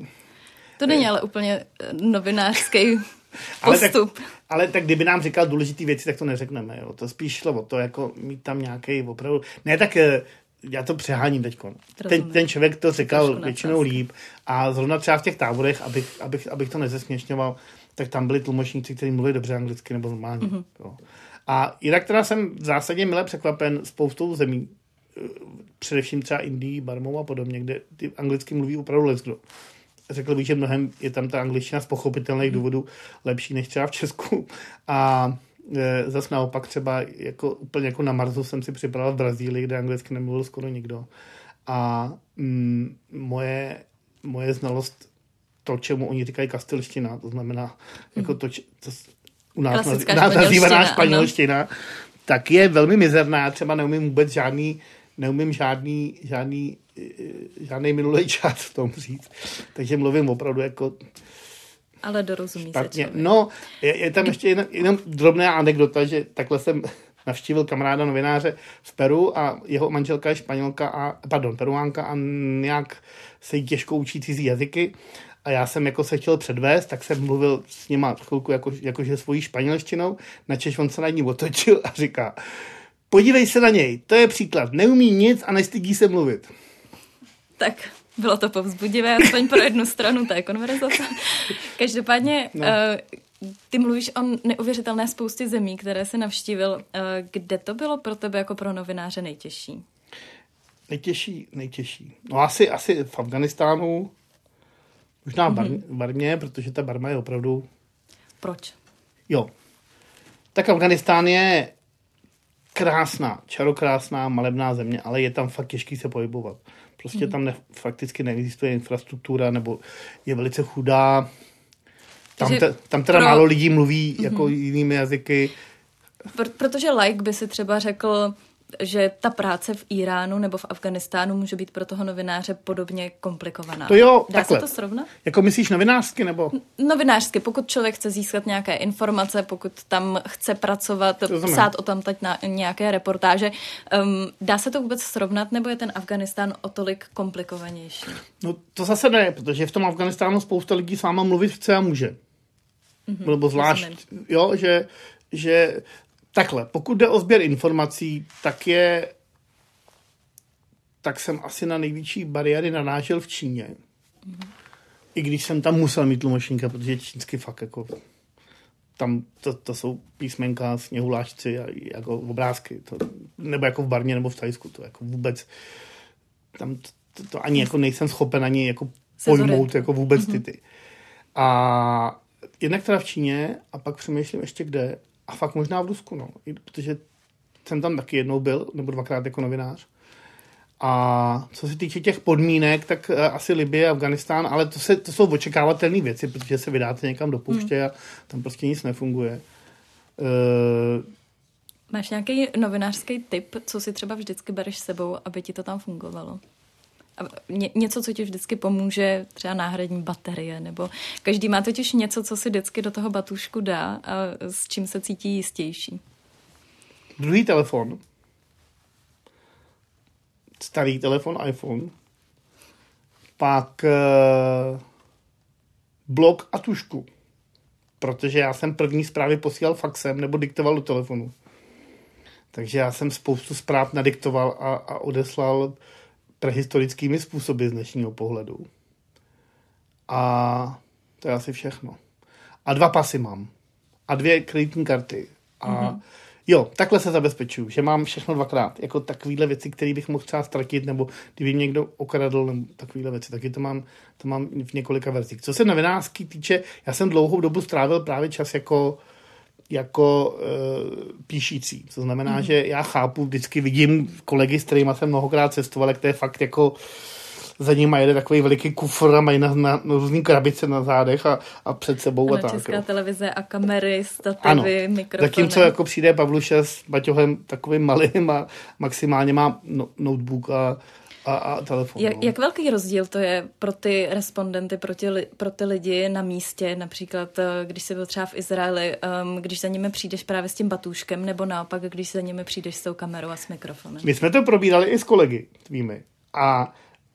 To není ale úplně novinářský postup. Ale tak, ale tak kdyby nám říkal důležitý věci, tak to neřekneme. Jo. To spíš šlo o to, jako mít tam nějaký opravdu... Ne, tak já to přeháním teďko. Ten, ten člověk to říkal většinou líp a zrovna třeba v těch táborech, abych, abych, abych to nezesměšňoval, tak tam byli tlumočníci, kteří mluví dobře anglicky nebo normálně. Mm-hmm. Jo. A jinak teda jsem v zásadě mile překvapen spoustou zemí, především třeba Indií, Barmou a podobně, kde ty anglicky mluví opravdu leckdo. Řekl bych, že mnohem je tam ta angličtina z pochopitelných mm-hmm. důvodů lepší než třeba v Česku. A zas naopak třeba jako, úplně jako na Marsu jsem si připravil v Brazílii, kde anglicky nemluvil skoro nikdo. A mm, moje, moje znalost, to, čemu oni říkají kastilština, to znamená jako to, to u nás, nazý, nás nazývaná španělština, tak je velmi mizerná. Třeba neumím vůbec žádný, neumím žádný, žádný, žádný minulý čas v tom říct. Takže mluvím opravdu jako ale dorozumí špatně. se No, je, je tam ještě jenom, jenom drobná anekdota, že takhle jsem navštívil kamaráda novináře v Peru a jeho manželka je Španělka a, pardon, Peruánka a nějak se jí těžko učí cizí jazyky a já jsem jako se chtěl předvést, tak jsem mluvil s nima chvilku jako, jakože svojí španělštinou, načež on se na ní otočil a říká, podívej se na něj, to je příklad, neumí nic a nestydí se mluvit. Tak... Bylo to povzbudivé, aspoň pro jednu stranu té konverzace. Každopádně, no. Ty mluvíš o neuvěřitelné spoustě zemí, které jsi navštívil. Kde to bylo pro tebe jako pro novináře nejtěžší? Nejtěžší, nejtěžší. No asi, asi v Afganistánu, možná v mm-hmm. Barmě, protože ta Barma je opravdu... Proč? Jo. Tak Afganistán je krásná, čarokrásná, malebná země, ale je tam fakt těžký se pohybovat. Prostě tam ne, fakticky neexistuje infrastruktura, nebo je velice chudá. Tam, te, tam teda pro... málo lidí mluví mm-hmm. jako jinými jazyky. Pr- protože like by si třeba řekl, že ta práce v Iránu nebo v Afganistánu může být pro toho novináře podobně komplikovaná. To jo, Dá takhle. se to srovnat? Jako myslíš novinářsky, nebo? Novinářsky, pokud člověk chce získat nějaké informace, pokud tam chce pracovat, psát o tam teď na nějaké reportáže, um, dá se to vůbec srovnat, nebo je ten Afganistán o tolik komplikovanější? No to zase ne, protože v tom Afganistánu spousta lidí s váma mluvit chce a může. Mm-hmm, nebo zvlášť, jo, že, že takhle, pokud jde o sběr informací, tak je, tak jsem asi na největší bariéry narážel v Číně. Mm-hmm. I když jsem tam musel mít tlumočníka, protože čínsky fakt jako, tam to, to jsou písmenka, sněhulášci a jako obrázky, to, nebo jako v Barmě nebo v Thajsku, to jako vůbec, tam to, to, to ani jako nejsem schopen ani jako pojmout jako vůbec ty ty. A jednak teda v Číně a pak přemýšlím ještě kde a fakt možná v Rusku, no. Protože jsem tam taky jednou byl, nebo dvakrát jako novinář. A co se týče těch podmínek, tak uh, asi Libye, Afganistán, ale to, se, to jsou očekávatelné věci, protože se vydáte někam do pouště hmm. a tam prostě nic nefunguje. Uh, Máš nějaký novinářský tip, co si třeba vždycky bereš s sebou, aby ti to tam fungovalo? Ně, něco, co ti vždycky pomůže, třeba náhradní baterie, nebo každý má totiž něco, co si vždycky do toho batůžku dá a s čím se cítí jistější. Druhý telefon. Starý telefon, iPhone. Pak uh, blok a tužku. Protože já jsem první zprávy posílal faxem nebo diktoval do telefonu. Takže já jsem spoustu zpráv nadiktoval a, a odeslal prehistorickými způsoby z dnešního pohledu. A to je asi všechno. A dva pasy mám. A dvě kreditní karty. A mm-hmm. jo, takhle se zabezpečuju, že mám všechno dvakrát. Jako takovýhle věci, které bych mohl třeba ztratit, nebo kdyby mě někdo okradl, nebo takovýhle věci. Taky to mám, to mám v několika verzích. Co se novinářský týče, já jsem dlouhou dobu strávil právě čas jako jako uh, píšící. To znamená, mm. že já chápu, vždycky vidím kolegy, s kterými jsem mnohokrát cestoval, jak to je fakt jako za nimi jede takový veliký kufr a mají na, na, na různý krabice na zádech a, a před sebou ano, a tak. Česká televize a kamery, stativy, ano. mikrofony. Zatímco jako přijde Pavluša s baťohem takovým malým a maximálně má no, notebook a A, a telefon. Jak, jak velký rozdíl to je pro ty respondenty, pro ty, pro ty lidi na místě, například když jsi byl třeba v Izraeli, um, když za nimi přijdeš právě s tím batůžkem, nebo naopak, když za nimi přijdeš s tou kamerou a s mikrofonem? My jsme to probírali i s kolegy tvými. A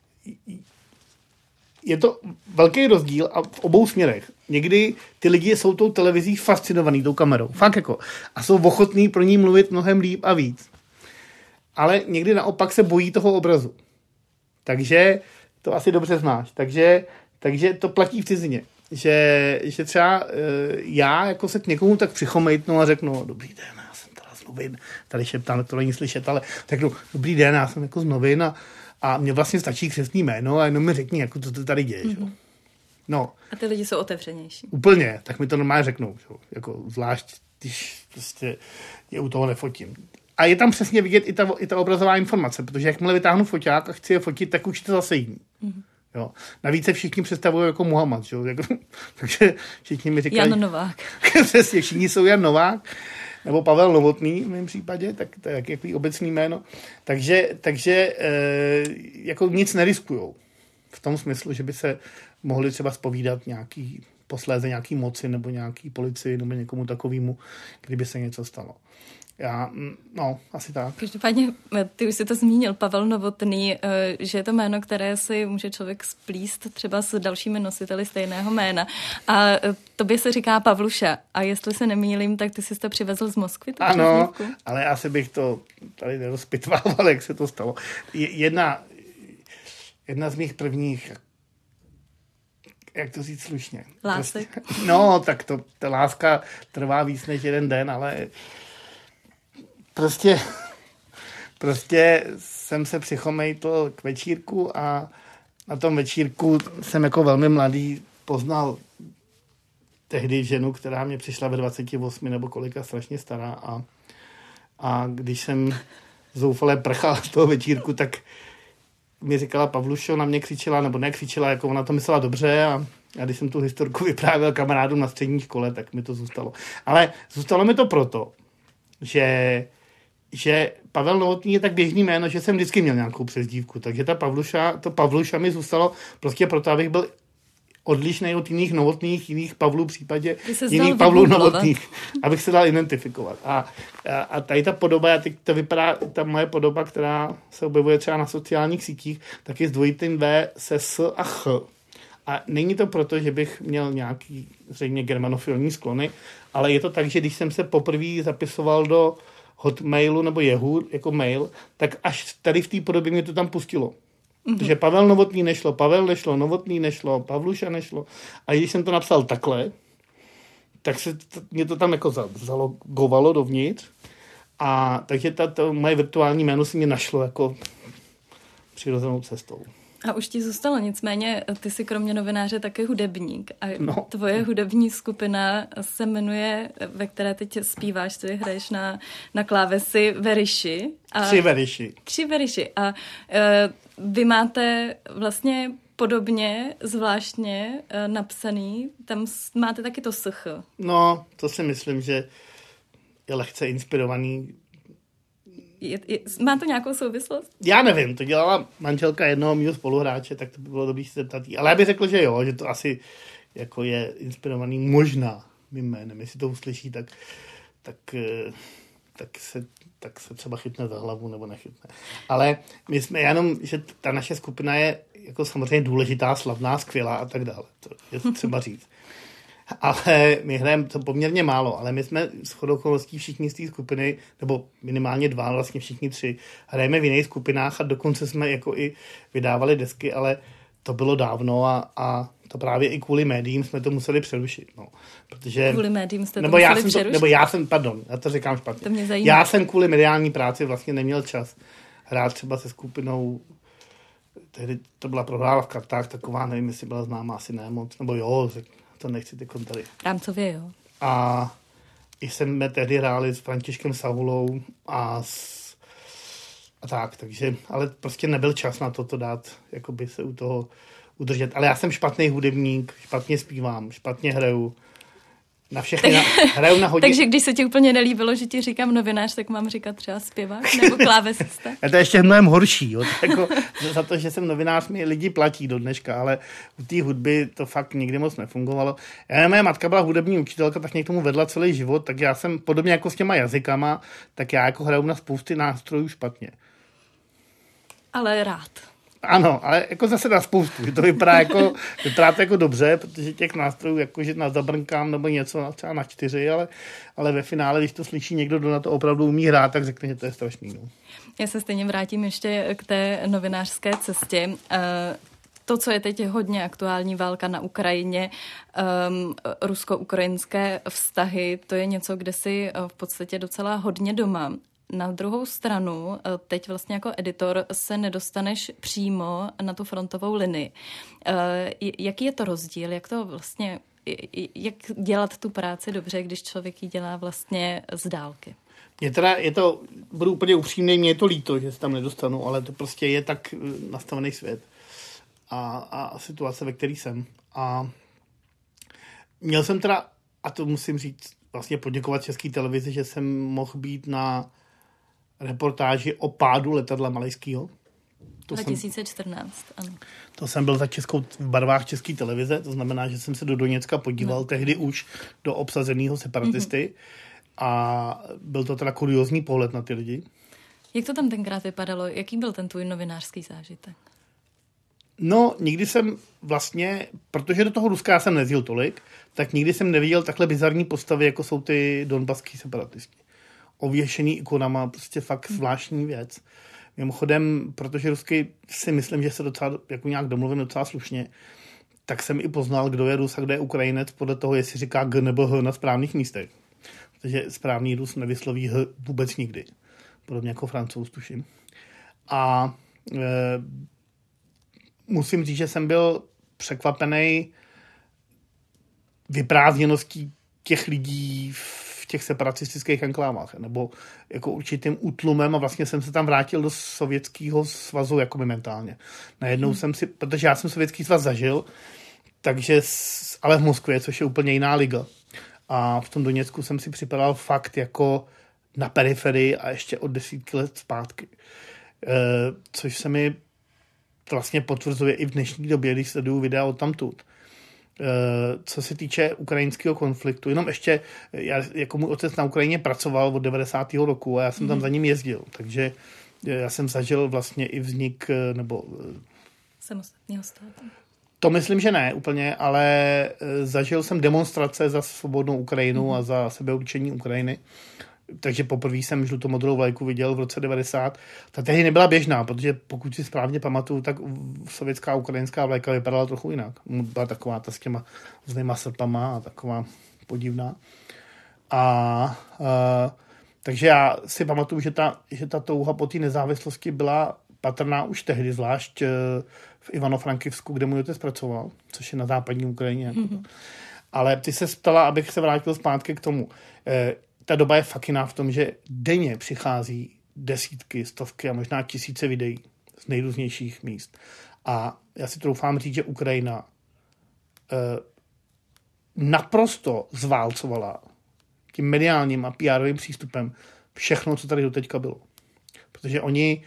je to velký rozdíl a v obou směrech. Někdy ty lidi jsou tou televizí fascinovaný, tou kamerou. Fakt jako. A jsou ochotní pro ní mluvit mnohem líp a víc. Ale někdy naopak se bojí toho obrazu. Takže to asi dobře znáš. Takže, takže to platí v cizině. Že, že třeba e, já jako se k někomu tak přichomejtnu a řeknu, dobrý den, já jsem teda z novin, tady šeptám, to není slyšet, ale řeknu, dobrý den, já jsem jako z novin a, a mně vlastně stačí křestní jméno a jenom mi řekni, jako to, to tady děje. Mm-hmm. No. A ty lidi jsou otevřenější. Úplně, tak mi to normálně řeknou. Že? Jako zvlášť, když prostě je u toho nefotím. A je tam přesně vidět i ta, i ta obrazová informace, protože jakmile vytáhnu foťák a chci je fotit, tak už to zase jiný. Mm-hmm. Jo. Navíc se všichni představují jako Muhammad, že? Jako, takže všichni mi říkají... Jan Novák. Přesně, všichni jsou Jan Novák, nebo Pavel Novotný v mém případě, tak to je jaký obecný jméno. Takže, takže e, jako nic neriskujou. V tom smyslu, že by se mohli třeba zpovídat nějaký, posléze nějaký moci nebo nějaký policii nebo někomu takovému, kdyby se něco stalo. Já, no, asi tak. Každopádně, ty už si to zmínil, Pavel Novotný, že je to jméno, které si může člověk splíst třeba s dalšími nositeli stejného jména. A tobě se říká Pavluša. A jestli se nemýlím, tak ty jsi to přivezl z Moskvy? Ano, přezdívku? Ale asi bych to tady nerozpitvával, jak se to stalo. Jedna, jedna z mých prvních, jak to říct slušně? Lásek? Prostě, no, tak to, ta láska trvá víc než jeden den, ale Prostě, prostě jsem se přichomejtl k večírku a na tom večírku jsem jako velmi mladý poznal tehdy ženu, která mě přišla ve dvaceti osmi nebo kolika, strašně stará a, a když jsem zoufale prchal z toho večírku, tak mi říkala Pavlušo, na mě křičela, nebo nekřičela, jako ona to myslela dobře a a když jsem tu historku vyprávěl kamarádům na střední škole, tak mi to zůstalo. Ale zůstalo mi to proto, že že Pavel Novotný je tak běžný jméno, že jsem vždycky měl nějakou přezdívku. Takže ta Pavluša, to Pavluša mi zůstalo prostě proto, abych byl odlišný od jiných Novotných, jiných Pavlů v případě jiných Pavlů Novotných, abych se dal identifikovat. A, a, a tady ta podoba, a teď to vypadá, ta moje podoba, která se objevuje třeba na sociálních sítích, tak je s dvojitým V se S a Ch. A není to proto, že bych měl nějaký zřejmě germanofilní sklony, ale je to tak, že když jsem se poprvé zapisoval do Hotmailu nebo Yahoo jako mail, tak až tady v té podobě mě to tam pustilo. Mm-hmm. Takže Pavel Novotný nešlo, Pavel nešlo, Novotný nešlo, Pavluša nešlo. A když jsem to napsal takhle, tak se to, mě to tam jako zalogovalo dovnitř. A takže ta, ta moje virtuální jméno si mě našlo jako přirozenou cestou. A už ti zůstalo, nicméně ty jsi kromě novináře taky hudebník a no. Tvoje hudební skupina se jmenuje, ve které teď zpíváš, ty hraješ na, na klávesi Veriši. A Tři Veriši. Tři Veriši. A e, vy máte vlastně podobně, zvláštně e, napsaný, tam máte taky to sch. No, to si myslím, že je lehce inspirovaný. Je, je, má to nějakou souvislost? Já nevím, to dělala manželka jednoho mýho spoluhráče, tak to by bylo dobrý se zeptat jí. Ale já bych řekl, že jo, že to asi jako je inspirovaný možná mým jménem. Jestli to uslyší, tak, tak, tak, se, tak se třeba chytne za hlavu nebo nechytne. Ale my jsme jenom, že ta naše skupina je jako samozřejmě důležitá, slavná, skvělá a tak dále. To je třeba říct. Ale my hrajeme to poměrně málo, ale my jsme shodou okolností všichni z té skupiny, nebo minimálně dva, vlastně všichni tři, hrajeme v jiných skupinách a dokonce jsme jako i vydávali desky, ale to bylo dávno a, a to právě i kvůli médiím jsme to museli přerušit. No. Protože, kvůli médiím jste to nebo museli já jsem přerušit? To, nebo já jsem, pardon, já to říkám špatně. To mě zajímá. Já jsem kvůli mediální práci vlastně neměl čas hrát třeba se skupinou, tehdy to byla prohrála v kartách, taková, nevím, jestli byla známá, asi ne moc, nebo jo, to nechci ty tady. Rámcově, jo. A i jsme tehdy hráli s Františkem Savulou a, s, a tak, takže, ale prostě nebyl čas na to to dát, jakoby se u toho udržet. Ale já jsem špatný hudebník, špatně zpívám, špatně hraju. Na všechny na, hraju na hodně. Takže když se ti úplně nelíbilo, že ti říkám novinář, tak mám říkat třeba zpěvák nebo klávesista? A to je ještě mnohem horší. Jo. Jako, za to, že jsem novinář, mi lidi platí do dneška, ale u té hudby to fakt nikdy moc nefungovalo. Já, moje matka byla hudební učitelka, tak mě k tomu vedla celý život, tak já jsem podobně jako s těma jazykama, tak já jako hraju na spousty nástrojů špatně. Ale rád. Ano, ale jako zase na spoustu. To vypadá jako, vypadá to jako dobře, protože těch nástrojů, jakože na zabrnkám nebo něco třeba na čtyři, ale, ale ve finále, když to slyší někdo, kdo na to opravdu umí hrát, tak řekne, že to je strašný. No. Já se stejně vrátím ještě k té novinářské cestě. To, co je teď hodně aktuální, válka na Ukrajině, um, rusko-ukrajinské vztahy, to je něco, kde si v podstatě docela hodně doma. Na druhou stranu, teď vlastně jako editor se nedostaneš přímo na tu frontovou linii. Jaký je to rozdíl? Jak to vlastně, jak dělat tu práci dobře, když člověk ji dělá vlastně z dálky? Je teda, je to, budu úplně upřímný, mě je to líto, že se tam nedostanu, ale to prostě je tak nastavený svět a, a situace, ve který jsem. A měl jsem teda, a to musím říct, vlastně poděkovat České televizi, že jsem mohl být na reportáži o pádu letadla malajského. dva tisíce čtrnáct, ano. To jsem byl za českou, v barvách České televize, to znamená, že jsem se do Doněcka podíval, no. tehdy už do obsazeného separatisty mm-hmm. a byl to teda kuriózní pohled na ty lidi. Jak to tam tenkrát vypadalo? Jaký byl ten tvůj novinářský zážitek? No, nikdy jsem vlastně, protože do toho Ruska já jsem nezdíl tolik, tak nikdy jsem neviděl takhle bizarní postavy, jako jsou ty donbaský separatisti. Ověšený ikonama, prostě fakt zvláštní věc. Mimochodem, protože rusky si myslím, že se docela jako nějak domluvím docela slušně, tak jsem i poznal, kdo je Rus a kdo je Ukrajinec podle toho, jestli říká G nebo H na správných místech. Protože správný Rus nevysloví H vůbec nikdy. Podobně jako Francouz, tuším. A e, musím říct, že jsem byl překvapený vyprázdněností těch lidí v těch separatistických enklávách, nebo jako určitým útlumem a vlastně jsem se tam vrátil do Sovětského svazu jako mentálně. Najednou hmm. jsem si, protože já jsem Sovětský svaz zažil, takže, ale v Moskvě, což je úplně jiná liga. A v tom Doněcku jsem si připadal fakt jako na periferii a ještě od desítky let zpátky. E, což se mi vlastně potvrzuje i v dnešní době, když sleduju videa od tamtud. Co se týče ukrajinského konfliktu, jenom ještě, já jako můj otec na Ukrajině pracoval od devadesátého roku a já jsem tam mm. za ním jezdil, takže já jsem zažil vlastně i vznik, nebo... Samostatného státu. To myslím, že ne úplně, ale zažil jsem demonstrace za svobodnou Ukrajinu mm. a za sebeurčení Ukrajiny. Takže poprvé jsem žlutomodrou vlajku viděl v roce devadesát. Ta tehdy nebyla běžná, protože pokud si správně pamatuju, tak sovětská ukrajinská vlajka vypadala trochu jinak. Byla taková ta s těma různýma srpama a taková podivná. A, a takže já si pamatuju, že ta, že ta touha po té nezávislosti byla patrná už tehdy, zvlášť v Ivano-Frankivsku, kde můj otec pracoval, což je na západní Ukrajině. Mm-hmm. Ale ty se ptala, abych se vrátil zpátky k tomu. E, ta doba je fakt jiná v tom, že denně přichází desítky, stovky a možná tisíce videí z nejrůznějších míst. A já si troufám říct, že Ukrajina e, naprosto zválcovala tím mediálním a pé erovým přístupem všechno, co tady doteďka bylo. Protože oni,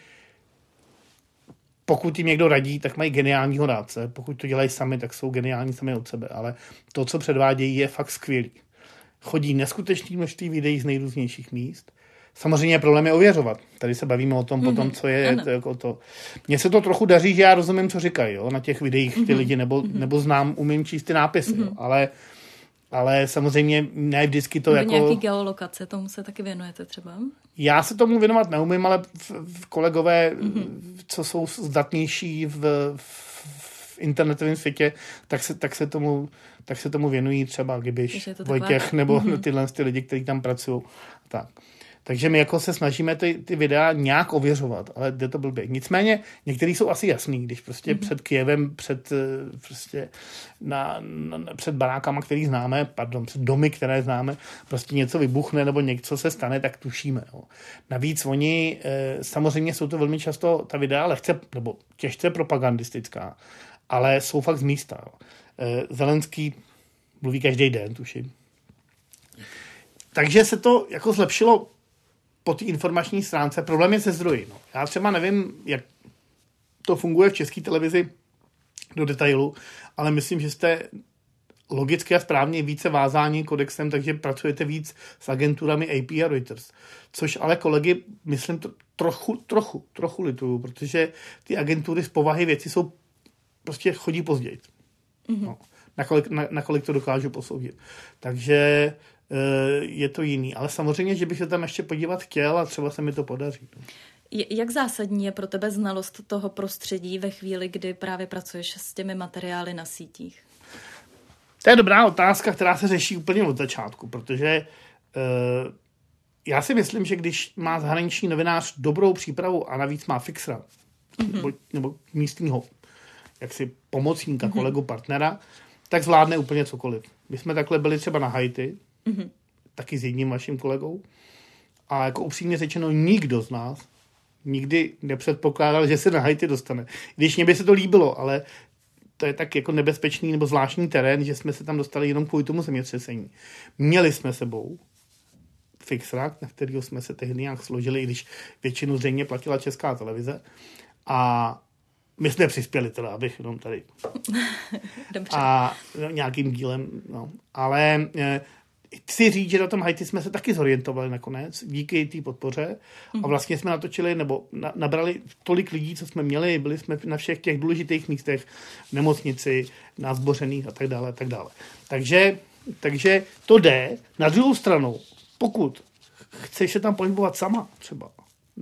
pokud jim někdo radí, tak mají geniálního rádce. Pokud to dělají sami, tak jsou geniální sami od sebe. Ale to, co předvádějí, je fakt skvělý. Chodí neskutečné množství videí z nejrůznějších míst. Samozřejmě problém je ověřovat. Tady se bavíme o tom mm-hmm. potom, co je to, jako to. Mně se to trochu daří, že já rozumím, co říkají, jo, na těch videích ty mm-hmm. lidi, nebo, mm-hmm. nebo znám, umím číst ty nápisy, mm-hmm. jo, ale Ale samozřejmě ne vždycky to nebo jako... nějaký geolokace, tomu se taky věnujete třeba? Já se tomu věnovat neumím, ale v, v kolegové, mm-hmm. co jsou zdatnější v, v internetovém světě, tak se, tak se, tomu, tak se tomu věnují třeba Gibiš, Vojtěch, taková... nebo mm-hmm. tyhle ty lidi, kteří tam pracují. Tak. Takže my jako se snažíme ty, ty videa nějak ověřovat, ale jde to blbě. Nicméně některý jsou asi jasný, když prostě mm-hmm. před Kyjevem, před, prostě na, na, před barákama, který známe, pardon, před domy, které známe, prostě něco vybuchne nebo něco se stane, tak tušíme. Jo. Navíc oni, e, samozřejmě jsou to velmi často ta videa lehce, nebo těžce propagandistická, ale jsou fakt z místa. Jo. E, Zelenský mluví každý den, tuším. Takže se to jako zlepšilo po té informační stránce. Problém je se zdroji. No. Já třeba nevím, jak to funguje v České televizi do detailu, ale myslím, že jste logicky a správně více vázáni kodexem, takže pracujete víc s agenturami A P a Reuters. Což ale kolegy, myslím, to trochu, trochu, trochu lituju, protože ty agentury z povahy věci jsou prostě chodí později. Mm-hmm. No. Nakolik, na, nakolik to dokážu posoudit. Takže je to jiný. Ale samozřejmě, že bych se tam ještě podívat chtěl a třeba se mi to podaří. Jak zásadní je pro tebe znalost toho prostředí ve chvíli, kdy právě pracuješ s těmi materiály na sítích? To je dobrá otázka, která se řeší úplně od začátku, protože uh, já si myslím, že když má zahraniční novinář dobrou přípravu a navíc má fixera, mm-hmm. nebo, nebo místního jaksi pomocníka, mm-hmm. kolegu, partnera, tak zvládne úplně cokoliv. My jsme takhle byli třeba na Haiti, mm-hmm. taky s jedním vaším kolegou. A jako upřímně řečeno, nikdo z nás nikdy nepředpokládal, že se na Haiti dostane. Když mě by se to líbilo, ale to je tak jako nebezpečný nebo zvláštní terén, že jsme se tam dostali jenom kvůli tomu zemětřesení. Měli jsme sebou fixera, na kterého jsme se tehdy nějak složili, i když většinu zřejmě platila Česká televize. A my jsme přispěli teda, abych jenom tady. Dobře. A no, nějakým dílem, no. Ale eh, chci říct, že na tom Haiti jsme se taky zorientovali nakonec, díky té podpoře. Mm. A vlastně jsme natočili, nebo na, nabrali tolik lidí, co jsme měli, byli jsme na všech těch důležitých místech, v nemocnici, na zbořených a tak dále, a tak dále. Takže, takže to jde. Na druhou stranu, pokud chceš se tam pohybovat sama třeba,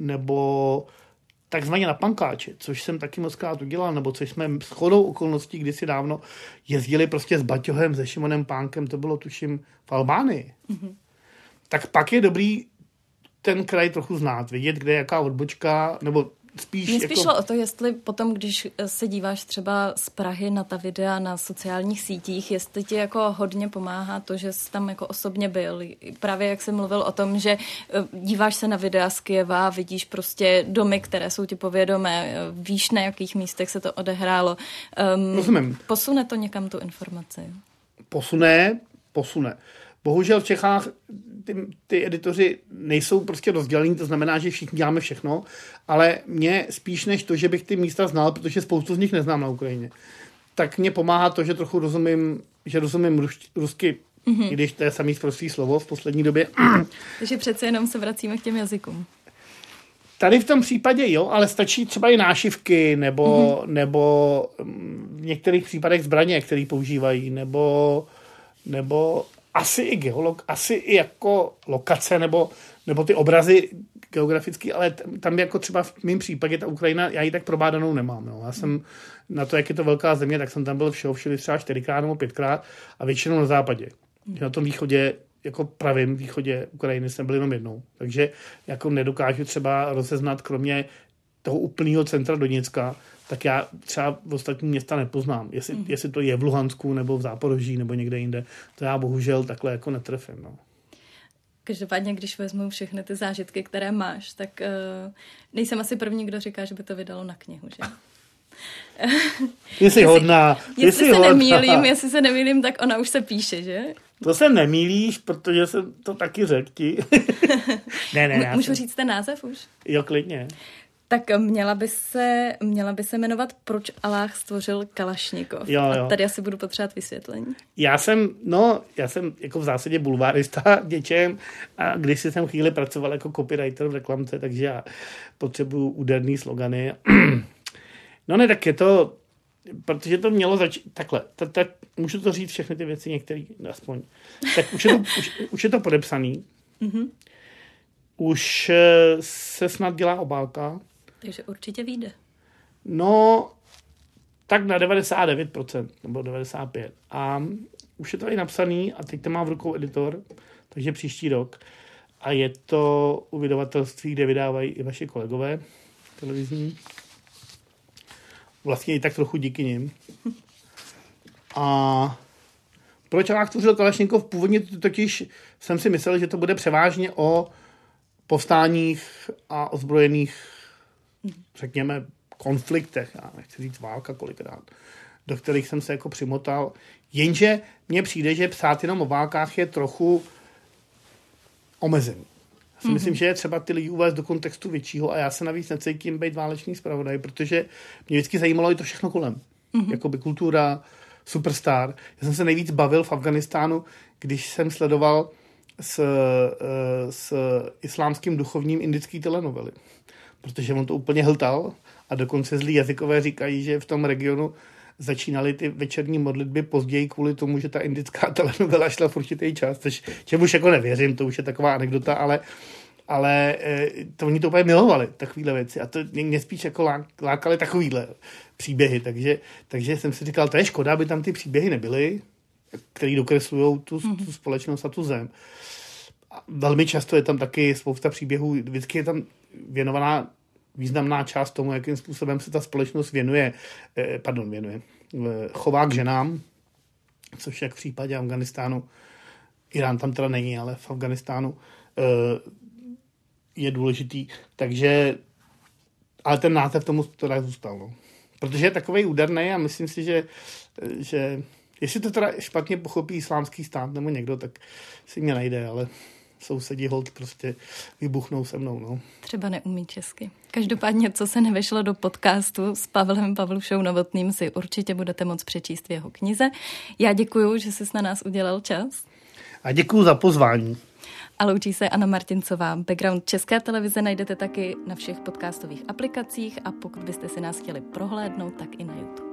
nebo takzvaně na pankáči, což jsem taky moc krát udělal, nebo což jsme shodou okolností kdysi dávno jezdili prostě s Baťohem, se Šimonem Pánkem, to bylo tuším v Albánii. Mm-hmm. Tak pak je dobrý ten kraj trochu znát, vidět, kde je jaká odbočka, nebo spíš... Mně spíš jako... šlo o to, jestli potom, když se díváš třeba z Prahy na ta videa na sociálních sítích, jestli ti jako hodně pomáhá to, že jsi tam jako osobně byl. Právě jak jsem mluvil o tom, že díváš se na videa z Kyjeva, vidíš prostě domy, které jsou ti povědomé, víš, na jakých místech se to odehrálo. Um, Rozumím. Posune to někam tu informaci? Posune, posune. Bohužel v Čechách ty, ty editoři nejsou prostě rozdělení, to znamená, že všichni děláme všechno, ale mě spíš než to, že bych ty místa znal, protože spoustu z nich neznám na Ukrajině, tak mě pomáhá to, že trochu rozumím, že rozumím ruš, rusky, mm-hmm. i když to je samý prostý slovo v poslední době. Takže přece jenom se vracíme k těm jazykům. Tady v tom případě jo, ale stačí třeba i nášivky, nebo, mm-hmm. nebo v některých případech zbraně, které používají, nebo, nebo asi i geolog, asi i jako lokace, nebo, nebo ty obrazy geografický, ale tam jako třeba v mém případě ta Ukrajina, já ji tak probádanou nemám. No. Já jsem na to, jak je to velká země, tak jsem tam byl všeho všeli třeba čtyřikrát nebo pětkrát a většinou na západě. Na tom východě, jako pravým východě Ukrajiny jsem byl jenom jednou. Takže jako nedokážu třeba rozeznat, kromě toho úplného centra Doněcka, tak já třeba v ostatní města nepoznám. Jestli, mm. jestli to je v Luhansku, nebo v Záporoží, nebo někde jinde. To já bohužel takhle jako netrefím. No. Každopádně, když vezmu všechny ty zážitky, které máš, tak uh, nejsem asi první, kdo říká, že by to vydalo na knihu, že? Ty jsi hodná. Ty jestli jsi se hodná. nemýlím, jestli se nemýlím, tak ona už se píše, že? To se nemýlíš, protože jsem to taky řekl ti. ne, ne, M- můžu jsem... říct ten název už? Jo, klidně. Tak měla by se, měla by se jmenovat Proč Aláh stvořil Kalašnikov. Jo, jo. A tady asi budu potřebovat vysvětlení. Já jsem, no, já jsem jako v zásadě bulvárista něčem a když jsem chvíli pracoval jako copywriter v reklamce, takže já potřebuju úderný slogany. No ne, tak je to, protože to mělo začít, takhle, tak, tak můžu to říct všechny ty věci, některé aspoň. Tak už je to, už, už je to podepsaný. Mm-hmm. Už se snad dělá obálka. Takže určitě vyjde. No, tak na devadesát devět procent nebo devadesát pět procent. A už je to i napsaný a teď to má v rukou editor, takže příští rok. A je to u vydavatelství, kde vydávají i vaši kolegové televizní. Vlastně i tak trochu díky nim. A proč Aláh stvořil Kalašnikov? Původně totiž jsem si myslel, že to bude převážně o povstáních a ozbrojených, řekněme, konfliktech, já nechci říct válka kolikrát, do kterých jsem se jako přimotal. Jenže mně přijde, že psát jenom o válkách je trochu omezený. Já si mm-hmm. myslím, že je třeba ty lidi uvést do kontextu většího a já se navíc necítím být válečný zpravodaj, protože mě vždycky zajímalo i to všechno kolem. Mm-hmm. Jakoby kultura, superstar. Já jsem se nejvíc bavil v Afghánistánu, když jsem sledoval s, s islámským duchovním indický telenovely. Protože on to úplně hltal a dokonce zlí jazykové říkají, že v tom regionu začínaly ty večerní modlitby později kvůli tomu, že ta indická telenovela šla v určitý čas, což čemuž jako nevěřím, to už je taková anekdota, ale, ale to oni to úplně milovali, takovýhle věci. A to mě spíš jako lákali takovýhle příběhy, takže, takže jsem si říkal, to je škoda, aby tam ty příběhy nebyly, který dokreslujou tu, mm-hmm. tu společnost a tu zem. A velmi často je tam taky spousta příběhů, vždycky je tam věnovaná významná část tomu, jakým způsobem se ta společnost věnuje, eh, pardon, věnuje, eh, chová k ženám, což jak v případě Afghánistánu, Irán tam teda není, ale v Afghánistánu eh, je důležitý. Takže, ale ten název tomu teda zůstal, no. Protože je takovej úderný a myslím si, že, že jestli to teda špatně pochopí islámský stát nebo někdo, tak si mě najde, ale sousedí hold prostě vybuchnou se mnou. No. Třeba neumí česky. Každopádně, co se nevešlo do podcastu s Pavlem Pavlušou Novotným, si určitě budete moct přečíst v jeho knize. Já děkuju, že jsi na nás udělal čas. A děkuju za pozvání. A loučí se Anna Martincová. Background České televize najdete taky na všech podcastových aplikacích a pokud byste si nás chtěli prohlédnout, tak i na YouTube.